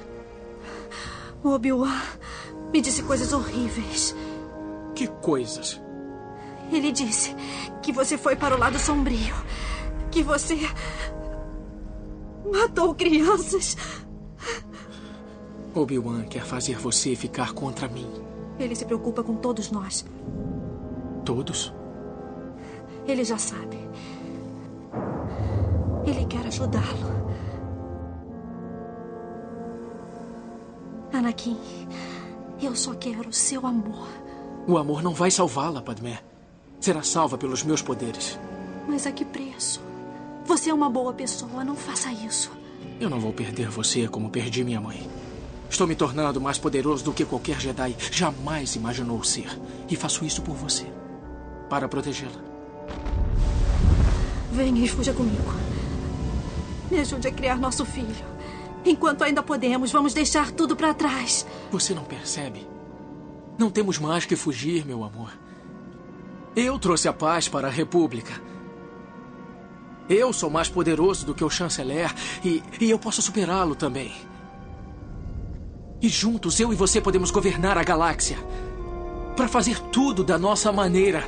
O Obi-Wan me disse coisas horríveis.
Que coisas?
Ele disse que você foi para o lado sombrio. Que você matou crianças.
Obi-Wan quer fazer você ficar contra mim.
Ele se preocupa com todos nós.
Todos?
Ele já sabe. Ele quer ajudá-lo. Anakin, eu só quero o seu amor.
O amor não vai salvá-la, Padmé. Será salva pelos meus poderes.
Mas a que preço? Você é uma boa pessoa, não faça isso.
Eu não vou perder você como perdi minha mãe. Estou me tornando mais poderoso do que qualquer Jedi jamais imaginou ser. E faço isso por você. Para protegê-la.
Venha e fuja comigo. Me ajude a criar nosso filho. Enquanto ainda podemos, vamos deixar tudo para trás.
Você não percebe? Não temos mais que fugir, meu amor. Eu trouxe a paz para a República. Eu sou mais poderoso do que o chanceler e, e eu posso superá-lo também. E juntos, eu e você podemos governar a galáxia para fazer tudo da nossa maneira.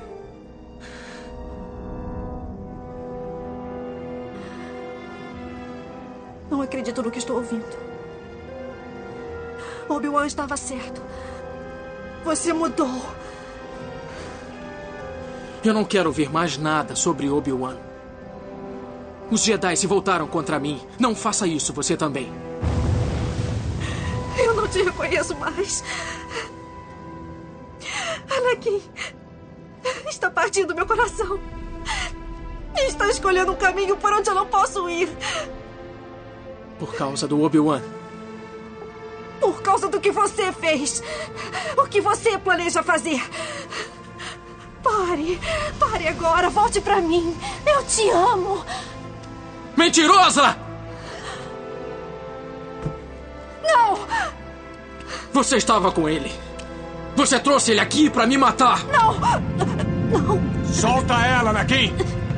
Não acredito no que estou ouvindo. Obi-Wan estava certo. Você mudou.
Eu não quero ouvir mais nada sobre Obi-Wan. Os Jedi se voltaram contra mim. Não faça isso, você também.
Eu não te reconheço mais. Anakin está partindo meu coração. Está escolhendo um caminho por onde eu não posso ir.
Por causa do Obi-Wan.
Por causa do que você fez. O que você planeja fazer. Pare. Pare agora. Volte pra mim. Eu te amo.
Mentirosa!
Não!
Você estava com ele. Você trouxe ele aqui pra me matar.
Não! Não!
Solta ela, Anakin!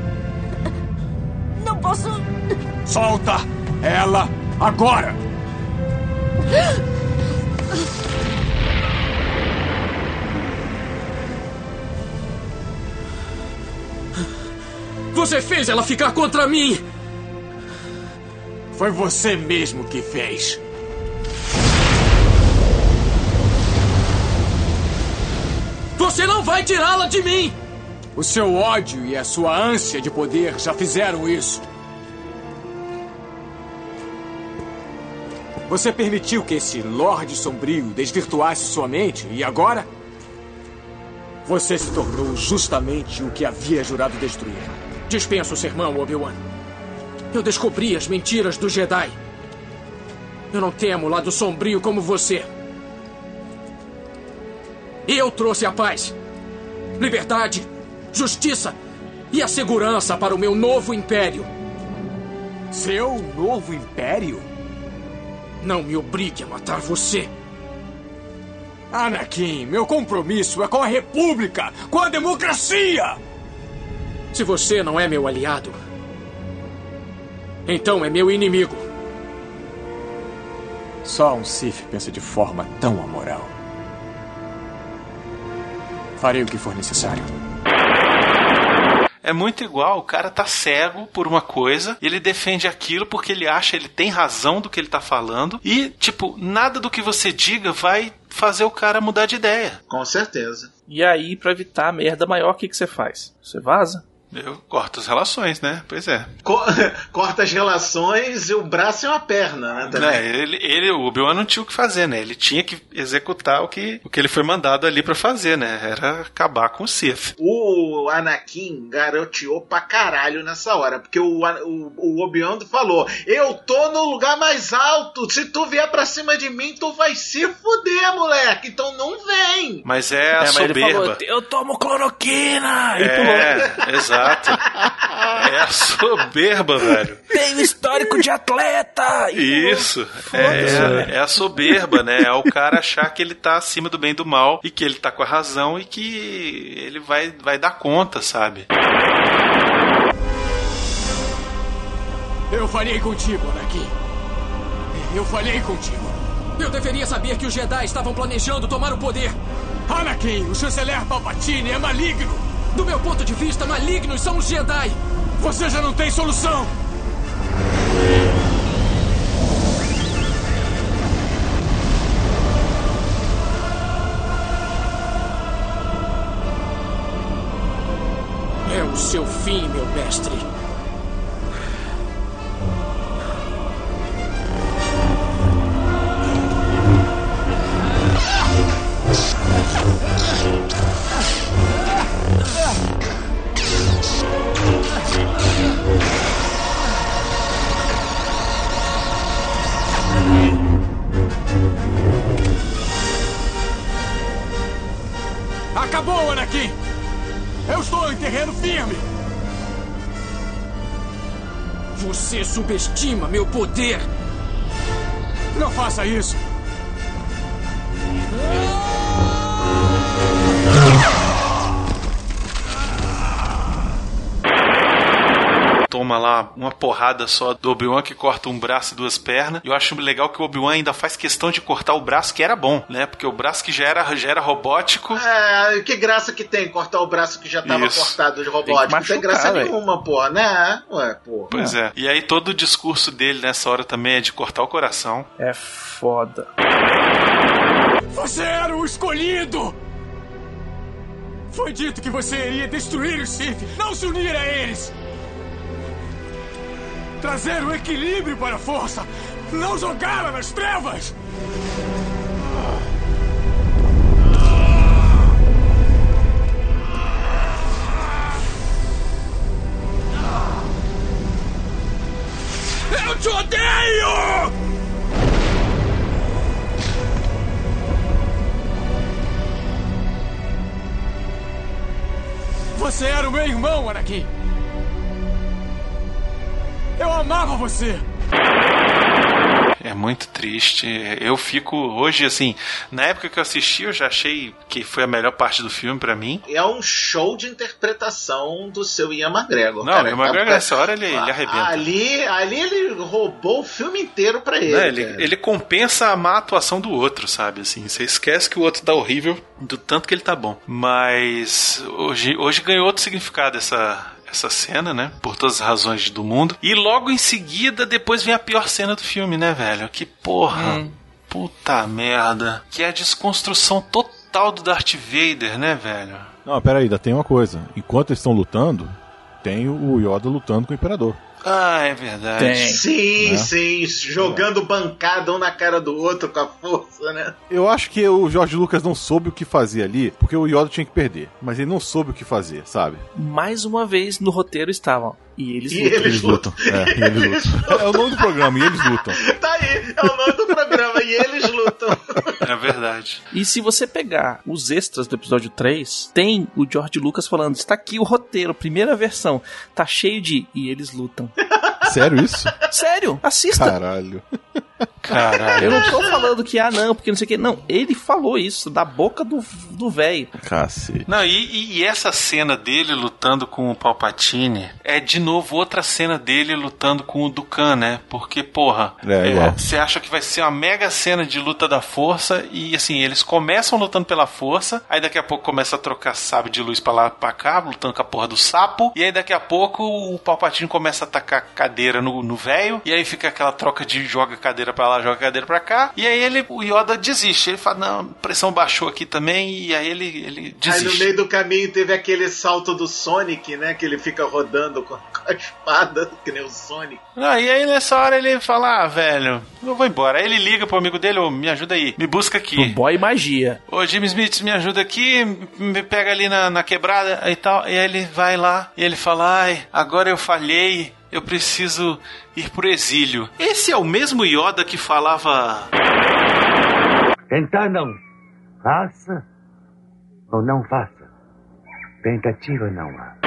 Não posso...
Solta ela agora!
Você fez ela ficar contra mim!
Foi você mesmo que fez.
Você não vai tirá-la de mim!
O seu ódio e a sua ânsia de poder já fizeram isso. Você permitiu que esse Lorde Sombrio desvirtuasse sua mente e agora? Você se tornou justamente o que havia jurado destruir.
Dispensa o sermão, Obi-Wan. Eu descobri as mentiras do Jedi. Eu não temo o lado sombrio como você. Eu trouxe a paz, liberdade, justiça e a segurança para o meu novo império.
Seu novo império?
Não me obrigue a matar você.
Anakin, meu compromisso é com a República, com a democracia!
Se você não é meu aliado, então é meu inimigo.
Só um Sith pensa de forma tão amoral. Farei o que for necessário.
É muito igual, o cara tá cego por uma coisa, ele defende aquilo porque ele acha, ele tem razão do que ele tá falando, e, tipo, nada do que você diga vai fazer o cara mudar de ideia.
Com certeza.
E aí, pra evitar a merda maior, o que, que você faz? Você vaza?
Eu corto as relações, né? Pois é.
Co- corta as relações e o braço e uma perna, né? Também.
É, ele, ele, o Obi-Wan não tinha o que fazer, né? Ele tinha que executar o que, o que ele foi mandado ali pra fazer, né? Era acabar com o Sith.
O Anakin garoteou pra caralho nessa hora, porque o, o, o Obi-Wan falou: eu tô no lugar mais alto, se tu vier pra cima de mim, tu vai se fuder, moleque, então não vem.
Mas é a
é,
soberba.
Mas ele falou, eu tomo cloroquina! E
é, pulou. Exato. É a soberba, velho.
Tem histórico de atleta!
Isso. É, é a soberba, né? É o cara achar que ele tá acima do bem e do mal e que ele tá com a razão e que ele vai, vai dar conta, sabe?
Eu falhei contigo, Anakin. Eu falhei contigo.
Eu deveria saber que os Jedi estavam planejando tomar o poder.
Anakin, o chanceler Palpatine é maligno.
Do meu ponto de vista, malignos são os Jedi.
Você já não tem solução.
É o seu fim, meu mestre.
Acabou, Anakin! Eu estou em terreno firme!
Você subestima meu poder!
Não faça isso!
Toma lá uma porrada só do Obi-Wan que corta um braço e duas pernas. Eu acho legal que o Obi-Wan ainda faz questão de cortar o braço que era bom, né? Porque o braço que já era, já era robótico.
É, que graça que tem cortar o braço que já tava
Isso.
cortado de robótico. Tem
machucar,
não tem graça
véio.
nenhuma, porra, né? Ué, porra.
Pois é. E aí todo o discurso dele nessa hora também é de cortar o coração.
É foda.
Você era o escolhido! Foi dito que você iria destruir os Sith, não se unir a eles! Trazer o equilíbrio para a força, não jogá-la nas trevas! Eu te odeio! Você era o meu irmão, Anakin! Eu amava você!
É muito triste. Eu fico hoje, assim, na época que eu assisti, eu já achei que foi a melhor parte do filme pra mim.
É um show de interpretação do seu Ian McGregor.
Não,
cara.
o Ian McGregor nessa hora ele, ele arrebenta.
Ali, ali ele roubou o filme inteiro pra ele.
Não, ele, ele compensa a má atuação do outro, sabe? Assim, você esquece que o outro tá horrível do tanto que ele tá bom. Mas hoje, hoje ganhou outro significado essa... essa cena, né? Por todas as razões do mundo. E logo em seguida, depois vem a pior cena do filme, né, velho? Que porra. Hum. Puta merda. Que é a desconstrução total do Darth Vader, né, velho?
Não, peraí, ainda tem uma coisa. Enquanto eles estão lutando, tem o Yoda lutando com o Imperador.
Ah, é verdade.
Tem. Sim,
né?
sim, jogando é. bancada um na cara do outro com a força, né?
Eu acho que o George Lucas não soube o que fazer ali, porque o Yoda tinha que perder, mas ele não soube o que fazer, sabe?
Mais uma vez no roteiro estavam e eles
e
lutam.
Eles,
eles lutam. lutam. É, e eles lutam. lutam. É o nome do programa, e eles lutam.
Tá aí, é o nome do programa, e eles lutam.
É verdade.
E se você pegar os extras do episódio três, tem o George Lucas falando, está aqui o roteiro, primeira versão, tá cheio de e eles lutam.
Sério isso?
Sério, assista.
Caralho.
Caralho.
Eu não tô falando que, ah, não, porque não sei o que. Não, ele falou isso, da boca do do velho.
Cacete.
Não, e, e essa cena dele lutando com o Palpatine é, de novo, outra cena dele lutando com o Dooku, né? Porque, porra, você é, acha que vai ser uma mega cena de luta da força e, assim, eles começam lutando pela força, aí daqui a pouco começa a trocar sabre de luz pra lá pra cá, lutando com a porra do sapo, e aí daqui a pouco o Palpatine começa a atacar cadeira no velho, e aí fica aquela troca de joga cadeira pra lá, joga cadeira pra cá, e aí ele, o Yoda desiste, ele fala, não, a pressão baixou aqui também, e aí ele, ele desiste.
Aí no meio do caminho teve aquele salto do Sonic, né, que ele fica rodando com a espada, que nem o Sonic.
Não, e aí nessa hora ele fala, ah, velho, eu vou embora. Aí ele liga pro amigo dele, ô, me ajuda aí, me busca aqui.
O boy magia.
Ô, Jimmy Smith, me ajuda aqui, me pega ali na, na quebrada e tal, e aí ele vai lá, e ele fala, ai, agora eu falhei, eu preciso ir pro exílio. Esse é o mesmo Yoda que falava...
Tentar não. Faça ou não faça. Tentativa não há.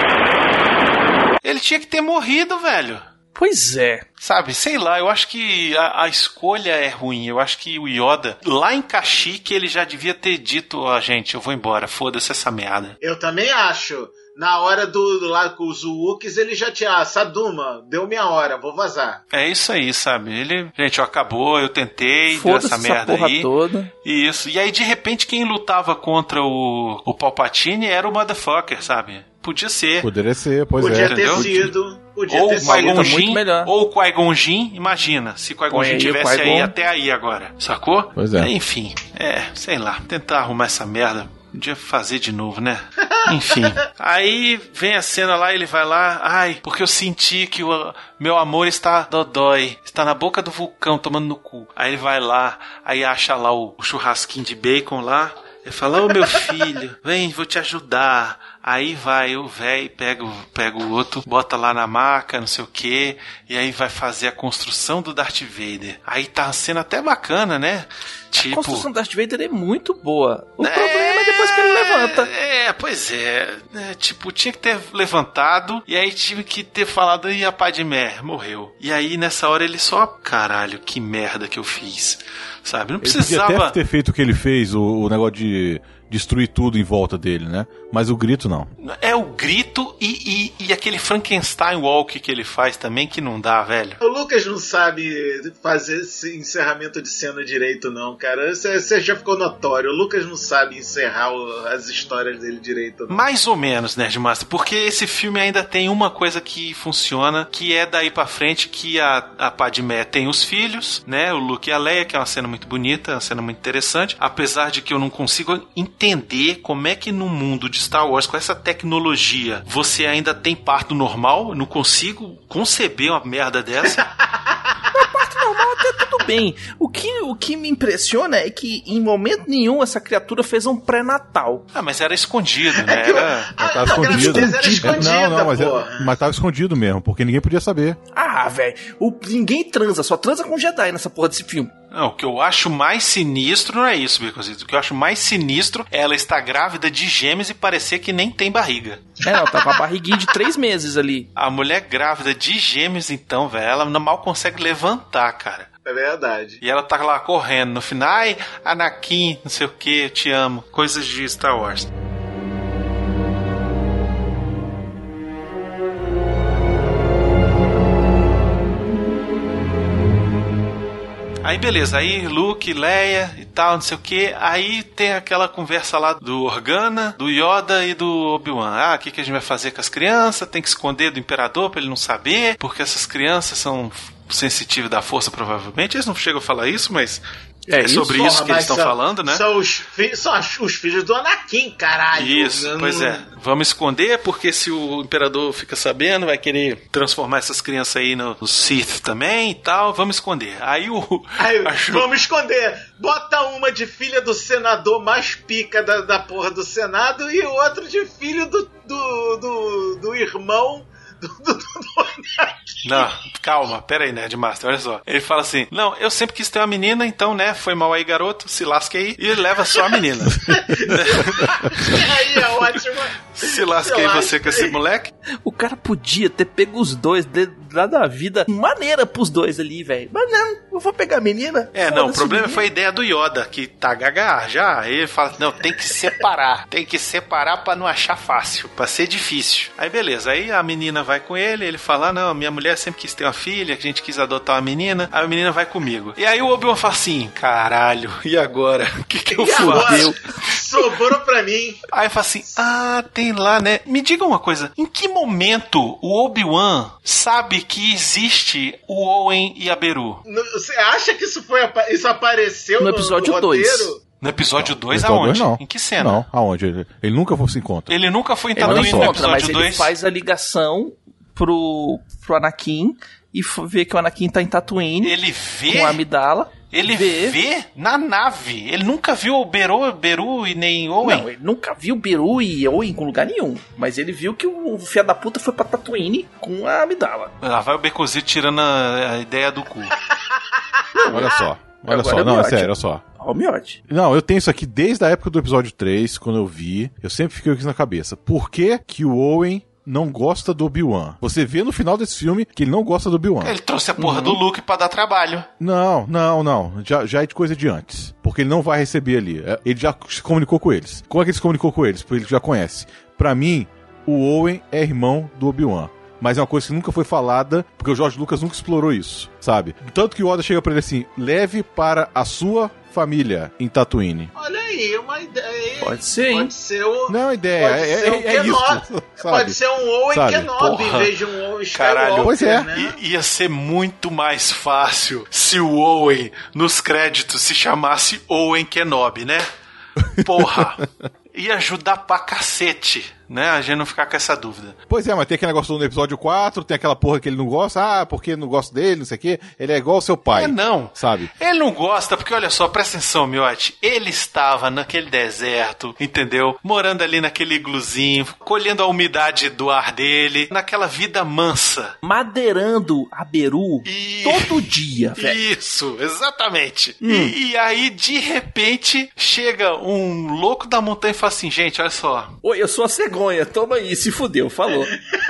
Ele tinha que ter morrido, velho.
Pois é.
Sabe, sei lá, eu acho que a, a escolha é ruim. Eu acho que o Yoda, lá em Kashyyyk, ele já devia ter dito, ó, oh, gente, eu vou embora, foda-se essa merda.
Eu também acho. Na hora do, do lá com os Wookiees, ele já tinha, ah, Saduma, deu minha hora, vou vazar.
É isso aí, sabe? Ele, gente, ó, acabou, eu tentei, deu essa merda
porra
aí.
Toda.
Isso. E aí, de repente, quem lutava contra o, o Palpatine era o Motherfucker, sabe? Podia ser.
Poderia ser, pois
Podia
é.
ter
Entendeu?
sido. Podia
ou
ter
o Qui-Gon
sido.
Jinn, ou o Qui-Gon Jinn, imagina, se o Qui-Gon Jinn tivesse aí até aí agora, sacou?
Pois é.
Enfim, é, sei lá, tentar arrumar essa merda. Podia fazer de novo, né? Enfim. Aí vem a cena lá, ele vai lá, ai, porque eu senti que o meu amor está dodói, está na boca do vulcão, tomando no cu. Aí ele vai lá, aí acha lá o, o churrasquinho de bacon lá, ele fala, ô meu filho, vem, vou te ajudar. Aí vai o velho, pega, pega o outro, bota lá na maca, não sei o que, e aí vai fazer a construção do Darth Vader. Aí tá a cena até bacana, né? Tipo,
a construção do Darth Vader é muito boa. O é, problema é depois que ele levanta.
É, pois é, é. Tipo, tinha que ter levantado, e aí tive que ter falado, e a Padmé morreu. E aí nessa hora ele só, caralho, que merda que eu fiz. Sabe? Não precisava.
Ele podia até ter feito o que ele fez, o, o negócio de destruir tudo em volta dele, né? Mas o grito não.
É o grito e, e, e aquele Frankenstein walk que ele faz também que não dá, velho.
O Lucas não sabe fazer esse encerramento de cena direito, não, cara. Você já ficou notório. O Lucas não sabe encerrar o, as histórias dele direito, não.
Mais ou menos, Nerdmaster, porque esse filme ainda tem uma coisa que funciona, que é daí pra frente que a, a Padmé tem os filhos, né? O Luke e a Leia, que é uma cena muito bonita, uma cena muito interessante. Apesar de que eu não consigo entender como é que no mundo de Star Wars, com essa tecnologia, você ainda tem parto normal. Não consigo conceber uma merda dessa.
Na parte normal até tudo bem. O que, o que me impressiona é que em momento nenhum essa criatura fez um pré-natal.
Ah, mas era escondido, né? Era...
Mas tava escondido. Não, não, mas, era, mas tava escondido mesmo, porque ninguém podia saber.
Ah, velho, ninguém transa, só transa com Jedi nessa porra desse filme.
Não, o que eu acho mais sinistro não é isso, Baconzitos. O que eu acho mais sinistro é ela estar grávida de gêmeos e parecer que nem tem barriga.
É, ela tá com a barriguinha de três meses ali.
A mulher grávida de gêmeos, então, velho, ela mal consegue levantar, cara.
É verdade.
E ela tá lá correndo no final. Ai, Anakin, não sei o que, eu te amo. Coisas de Star Wars. Aí beleza, aí Luke, Leia e tal, não sei o que. Aí tem aquela conversa lá do Organa, do Yoda e do Obi-Wan. Ah, o que, que a gente vai fazer com as crianças? Tem que esconder do Imperador pra ele não saber, porque essas crianças são sensitivas da força, provavelmente. Eles não chegam a falar isso, mas... É, é sobre isso, isso que eles estão falando, né?
São, os, fi- são os filhos do Anakin, caralho.
Isso,
Eu
pois
não...
é. Vamos esconder, porque se o Imperador fica sabendo, vai querer transformar essas crianças aí no, no Sith também e tal. Vamos esconder. Aí o...
Aí,
acho...
Vamos esconder. Bota uma de filha do senador mais pica da, da porra do Senado e outro de filho do, do, do, do irmão... Do, do, do
Não, calma, pera aí, Nerd Master, olha só. Ele fala assim, não, eu sempre quis ter uma menina, então, né, foi mal aí, garoto, se lasque aí, e leva só a menina.
Aí é ótimo.
Se lasque aí você com esse moleque.
O cara podia ter pego os dois, de, lá da vida, maneira pros dois ali, velho. Mas não, eu vou pegar a menina.
É, não, o problema menina. Foi a ideia do Yoda, que tá gaga já. Aí ele fala, não, tem que separar. Tem que separar pra não achar fácil, pra ser difícil. Aí beleza, aí a menina vai com ele, ele fala, ah, não, minha mulher sempre quis ter uma filha, que a gente quis adotar uma menina, aí a menina vai comigo. E aí o Obi-Wan fala assim, caralho, e agora? O que que eu faço?
Sobrou pra mim.
Aí fala assim, ah, tem lá, né? Me diga uma coisa, em que momento o Obi-Wan sabe que existe o Owen e a Beru?
Você acha que isso, foi, isso apareceu
no episódio dois?
No episódio dois,
episódio
aonde?
dois, não.
Em que cena?
Não, aonde? Ele, ele nunca foi se encontra.
Ele nunca foi em
Tatooine no episódio
mas
dois. Ele faz a ligação pro, pro Anakin e vê que o Anakin tá em Tatooine.
Ele vê?
Com a Amidala.
Ele vê. vê na nave. Ele nunca viu o Beru, Beru e nem Owen.
Não, ele nunca viu Beru e Owen com lugar nenhum. Mas ele viu que o filho da puta foi pra Tatooine com a Amidala.
Lá vai o Becozito tirando a, a ideia do cu.
Não, olha só. Olha
Agora
só,
é
não, é
miote.
sério, olha só.
Ó, o miote.
Não, eu tenho isso aqui desde a época do episódio três, quando eu vi. Eu sempre fiquei com isso na cabeça. Por que que o Owen não gosta do Obi-Wan? Você vê no final desse filme que ele não gosta do Obi-Wan.
Ele trouxe a porra
uhum.
do Luke pra dar trabalho.
Não, não, não. Já, já é de coisa de antes. Porque ele não vai receber ali. Ele já se comunicou com eles. Como é que ele se comunicou com eles? Porque ele já conhece. Pra mim, o Owen é irmão do Obi-Wan. Mas é uma coisa que nunca foi falada, porque o George Lucas nunca explorou isso, sabe? Tanto que o Oda chega pra ele assim, leve para a sua família em Tatooine.
Olha aí, uma ideia.
Pode ser, hein?
Pode ser o...
Não é uma ideia,
pode
é,
ser
é,
um
é isso. Sabe?
Pode ser um Owen
Sabe?
Kenobi em vez de um Owen Skywalker.
Caralho,
pois é.
Né?
I- ia ser muito mais fácil se o Owen, nos créditos, se chamasse Owen Kenobi, né? Porra! Ia ajudar pra cacete, né? A gente não ficar com essa dúvida.
Pois é, mas tem aquele negócio do episódio quatro, tem aquela porra que ele não gosta, ah, porque não gosta dele, não sei o quê. Ele é igual ao seu pai.
É não.
Sabe?
Ele não gosta, porque olha só, presta atenção, Miotti. Ele estava naquele deserto, entendeu? Morando ali naquele igluzinho, colhendo a umidade do ar dele, naquela vida mansa.
Madeirando a Beru
E...
todo dia, velho.
Isso, exatamente.
Hum.
E, e aí, de repente, chega um louco da montanha e fala assim, gente, olha só.
Oi, eu sou a cegonha, toma aí, se fudeu, falou.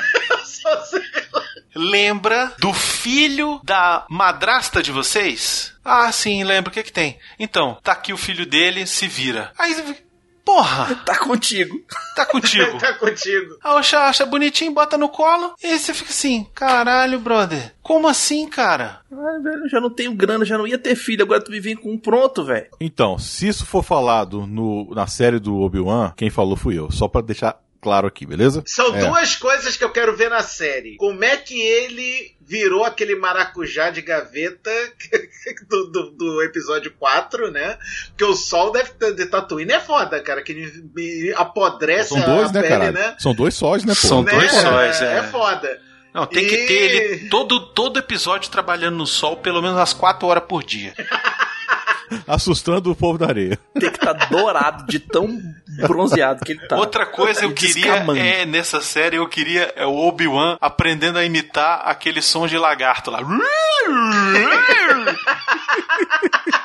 Lembra do filho da madrasta de vocês? Ah, sim, lembro. O que que tem? Então, tá aqui o filho dele, se vira. Aí, porra!
Tá contigo.
Tá contigo.
Tá contigo.
Ah, acha, acha bonitinho, bota no colo. E aí você fica assim, caralho, brother. Como assim, cara?
Ai, velho, eu já não tenho grana, já não ia ter filho, agora tu me vem com um pronto, velho.
Então, se isso for falado no, na série do Obi-Wan, quem falou fui eu. Só pra deixar claro aqui, beleza?
São
é.
duas coisas que eu quero ver na série. Como é que ele virou aquele maracujá de gaveta do, do, do episódio quatro, né? Porque o sol deve ter, de Tatooine é foda, cara, que ele apodrece
São dois,
a
né,
pele,
cara?
né?
São dois sóis, né, pô?
São
Né?
dois sóis, é.
É foda.
Não, tem
E-
que ter ele todo, todo episódio trabalhando no sol, pelo menos umas quatro horas por dia.
Assustando o povo da areia.
Tem que estar dourado de tão bronzeado que ele tá.
Outra coisa eu
E
queria
descamando.
é, nessa série, eu queria é o Obi-Wan aprendendo a imitar aquele som de lagarto lá.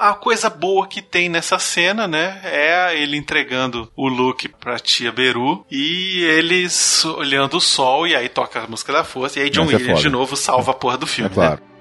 a coisa boa que tem nessa cena, né, é ele entregando o Luke pra tia Beru e eles olhando o sol e aí toca a música da força e aí John
Essa é
Williams
foda.
de novo salva a porra do filme,
É claro.
né?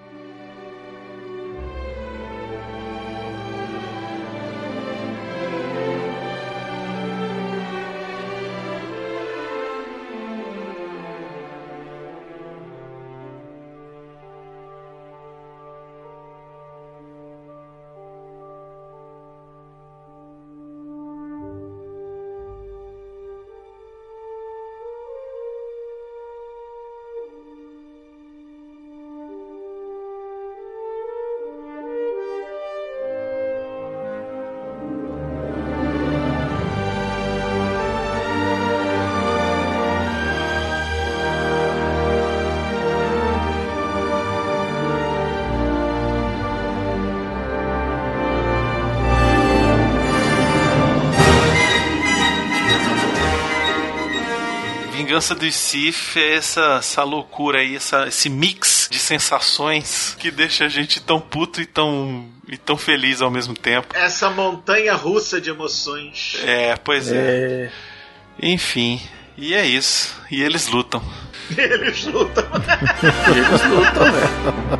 Vingança dos Sith é essa, essa loucura aí, essa, esse mix de sensações que deixa a gente tão puto e tão, e tão feliz ao mesmo tempo.
Essa montanha russa de emoções.
É, pois é. é. Enfim, e é isso. E eles lutam.
Eles lutam.
E eles lutam, né?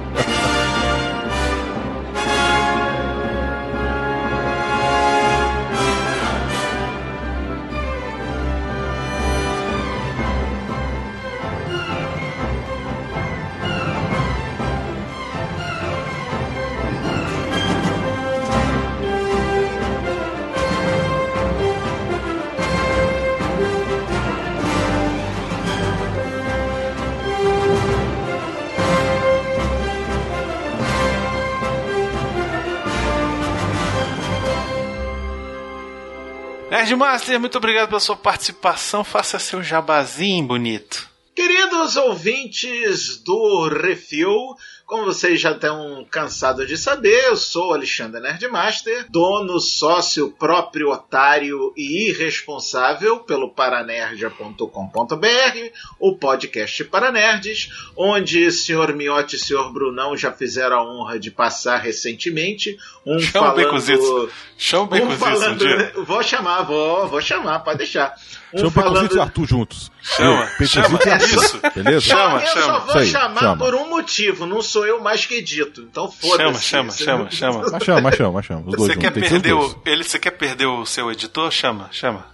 Nerdmaster, muito obrigado pela sua participação. Faça seu jabazinho bonito.
Queridos ouvintes do Refil, como vocês já estão cansados de saber, eu sou o Alexandre Nerdmaster, dono, sócio, proprietário e irresponsável pelo paranerdia ponto com ponto b r, o podcast para nerds, onde o senhor Miotti e o senhor Brunão já fizeram a honra de passar recentemente. Um
Chama
falando...
o Baconzitos. Chama o Baconzitos
um falando...
um dia.
Vou chamar, vou, vou chamar, pode deixar. Um
Chama o
falando...
Baconzitos e Arthur juntos.
Chama,
eu,
chama.
E Arthur,
Isso.
Beleza?
Chama,
eu
chama.
só vou
aí,
chamar
chama.
por um motivo, não sou eu mais que dito. Então foda-se.
Chama, chama, chama, chama.
Mas chama, mas chama, mas chama. Os dois
Você quer,
juntos, tem que ser os
perder
dois.
o, ele, você quer perder o seu editor? Chama, chama.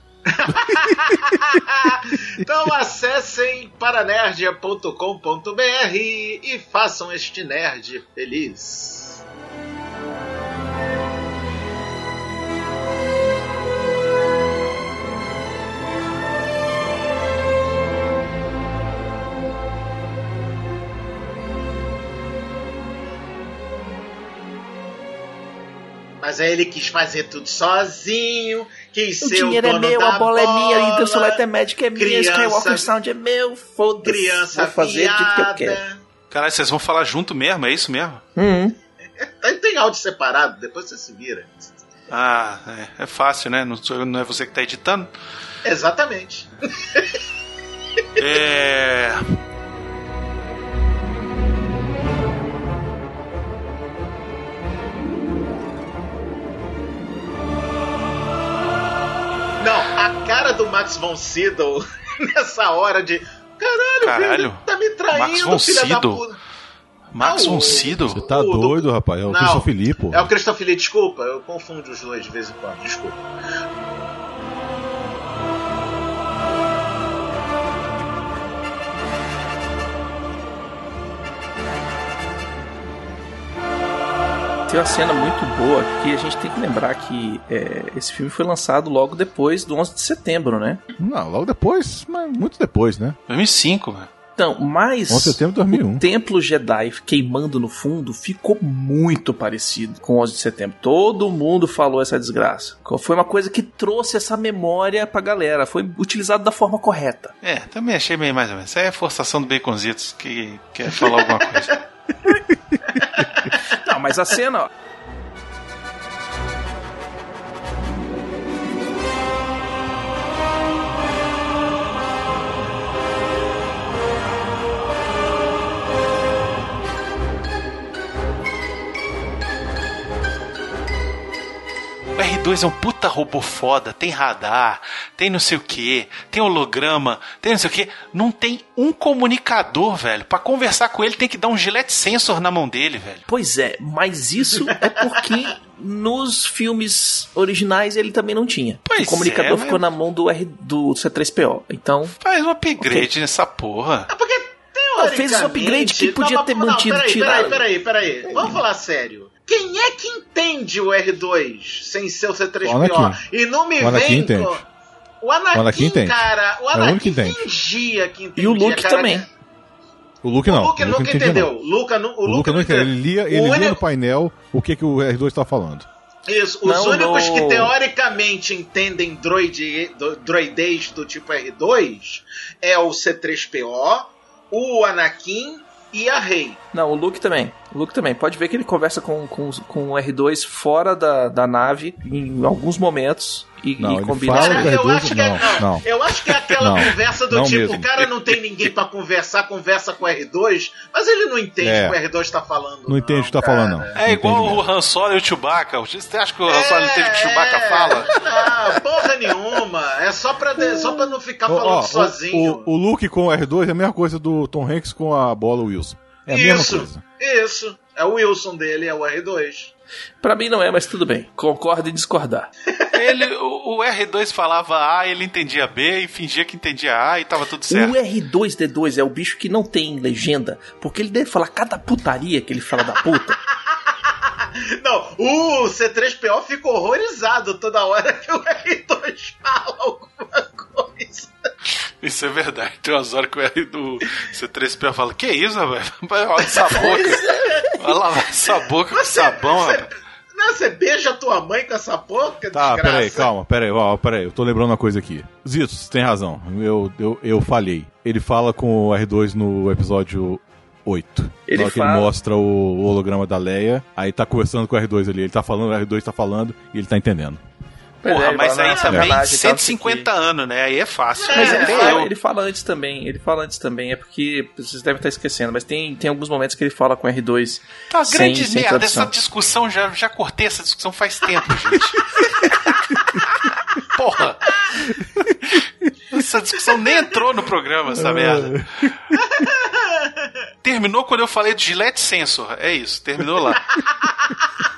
Então acessem paranerdia ponto com ponto b r e façam este nerd feliz. Mas aí ele quis fazer tudo sozinho, quis
O
ser o
dinheiro é
dono
meu,
da
a bola é minha, a
bola,
Interstellar Magic é minha,
criança-
Skywalker Sound é meu, foda-se.
criança
Vou fazer do jeito que eu quero.
viada.
Caralho, vocês vão falar junto mesmo? É isso mesmo?
Hum.
Aí tem áudio separado, depois você se vira.
Ah, é, é fácil, né? Não, sou, não é você que tá editando?
Exatamente.
É...
Não, a cara do Max von Sydow nessa hora de... Caralho,
Caralho.
filho, tá me traindo,
Max von
filha da
Sydow?
puta.
Max
Ah, o-
von Sydow?
Você tá
O do-
doido, rapaz. É o
Não,
Christopher Lee, pô.
É o Christopher Lee, desculpa, eu confundo os dois de vez em quando, desculpa.
Tem uma cena muito boa que a gente tem que lembrar que é, esse filme foi lançado logo depois do onze de setembro, né?
Não, logo depois, mas muito depois, né?
dois mil e cinco, velho.
Então, mas
onze de setembro de dois mil e um.
o Templo Jedi queimando no fundo ficou muito parecido com o onze de setembro. Todo mundo falou essa desgraça. Foi uma coisa que trouxe essa memória pra galera. Foi utilizado da forma correta.
É, também achei meio mais ou menos. Isso aí é forçação do Baconzitos que quer falar alguma coisa.
Não, mas a cena... ó,
R dois é um puta robô foda, tem radar, tem não sei o que, tem holograma, tem não sei o que. Não tem um comunicador, velho. Pra conversar com ele tem que dar um Gillette Sensor na mão dele, velho.
Pois é, mas isso é porque nos filmes originais ele também não tinha.
Pois
o comunicador
é,
ficou
mas...
na mão do, R, do C três P O. Então.
Faz um upgrade
okay.
nessa porra.
É porque teoricamente...
Fez um upgrade que podia
não,
ter
não,
mantido.
Peraí,
tirado.
peraí, peraí, peraí. Vamos falar sério. Quem é que entende o R dois sem ser o C três P O? E não me
o
vem
com...
O Anakin,
o Anakin
cara, o Anakin
é o
fingia que entendia.
E o Luke
cara,
também.
O Luke não.
O Luke,
o Luke
nunca
não
entendeu.
Não.
O Luke, o
o Luke não entendeu. Ele lia, ele lia
único...
no painel o que, que o R dois tá falando.
Isso, os
não,
únicos
no...
que teoricamente entendem droid, droidez do tipo R dois é o C três P O, o Anakin e a Rey.
Não, o Luke também. O Luke também. Pode ver que ele conversa com, com, com o R dois fora da, da nave em alguns momentos e,
não,
e combina.
Cara, eu,
dois,
acho que é,
não,
não,
não.
eu acho que é aquela
não,
conversa do
não
tipo,
mesmo.
o cara não tem ninguém pra conversar, conversa com o R dois, mas ele não entende
é.
o que o R dois tá falando.
Não, não entende o que tá
cara.
falando, não.
É
não
igual o Han Solo e o Chewbacca. Você acha que o Han Solo
é,
entende o que o Chewbacca
é,
fala?
Ah, porra nenhuma. É só pra, de, só pra não ficar
Ó,
falando
ó,
sozinho.
O, o, o Luke com o R dois é a mesma coisa do Tom Hanks com a bola Wilson. É a
isso,
mesma coisa.
Isso. É o Wilson dele, é o R dois.
Pra mim não é, mas tudo bem. Concordo em discordar.
Ele, o, o R dois falava A, ele entendia B e fingia que entendia A e tava tudo certo.
O R dois D dois é o bicho que não tem legenda, porque ele deve falar cada putaria que ele fala da puta.
Não, o C três P O fica horrorizado toda hora que o R dois fala alguma coisa.
Isso é verdade. Tem umas horas que o R do C três P O fala: Que isso, rapaz? Olha essa boca. Vai lavar essa boca com sabão,
você,
rapaz.
Não, você beija a tua mãe com essa boca?
Tá,
desgraça.
peraí, calma, peraí, ó, peraí, eu tô lembrando uma coisa aqui. Zito, você tem razão, eu, eu, eu falhei. Ele fala com o R dois no episódio oito.
Ele
Na hora que
fala...
ele mostra o holograma da Leia, aí tá conversando com o R dois ali, ele tá falando, o R dois tá falando e ele tá entendendo.
Porra,
é,
mas aí também
é.
cento e cinquenta anos, né? Aí é fácil.
É, mas ele,
é,
fala,
eu.
ele fala antes também, ele fala antes também, é porque vocês devem estar esquecendo, mas tem, tem alguns momentos que ele fala com o R dois.
Tá,
sem,
grande
sem
merda,
tradução.
essa discussão, já, já cortei essa discussão faz tempo, gente. Porra! Essa discussão nem entrou no programa, essa merda. Terminou quando eu falei do Gillette Sensor. É isso, terminou lá.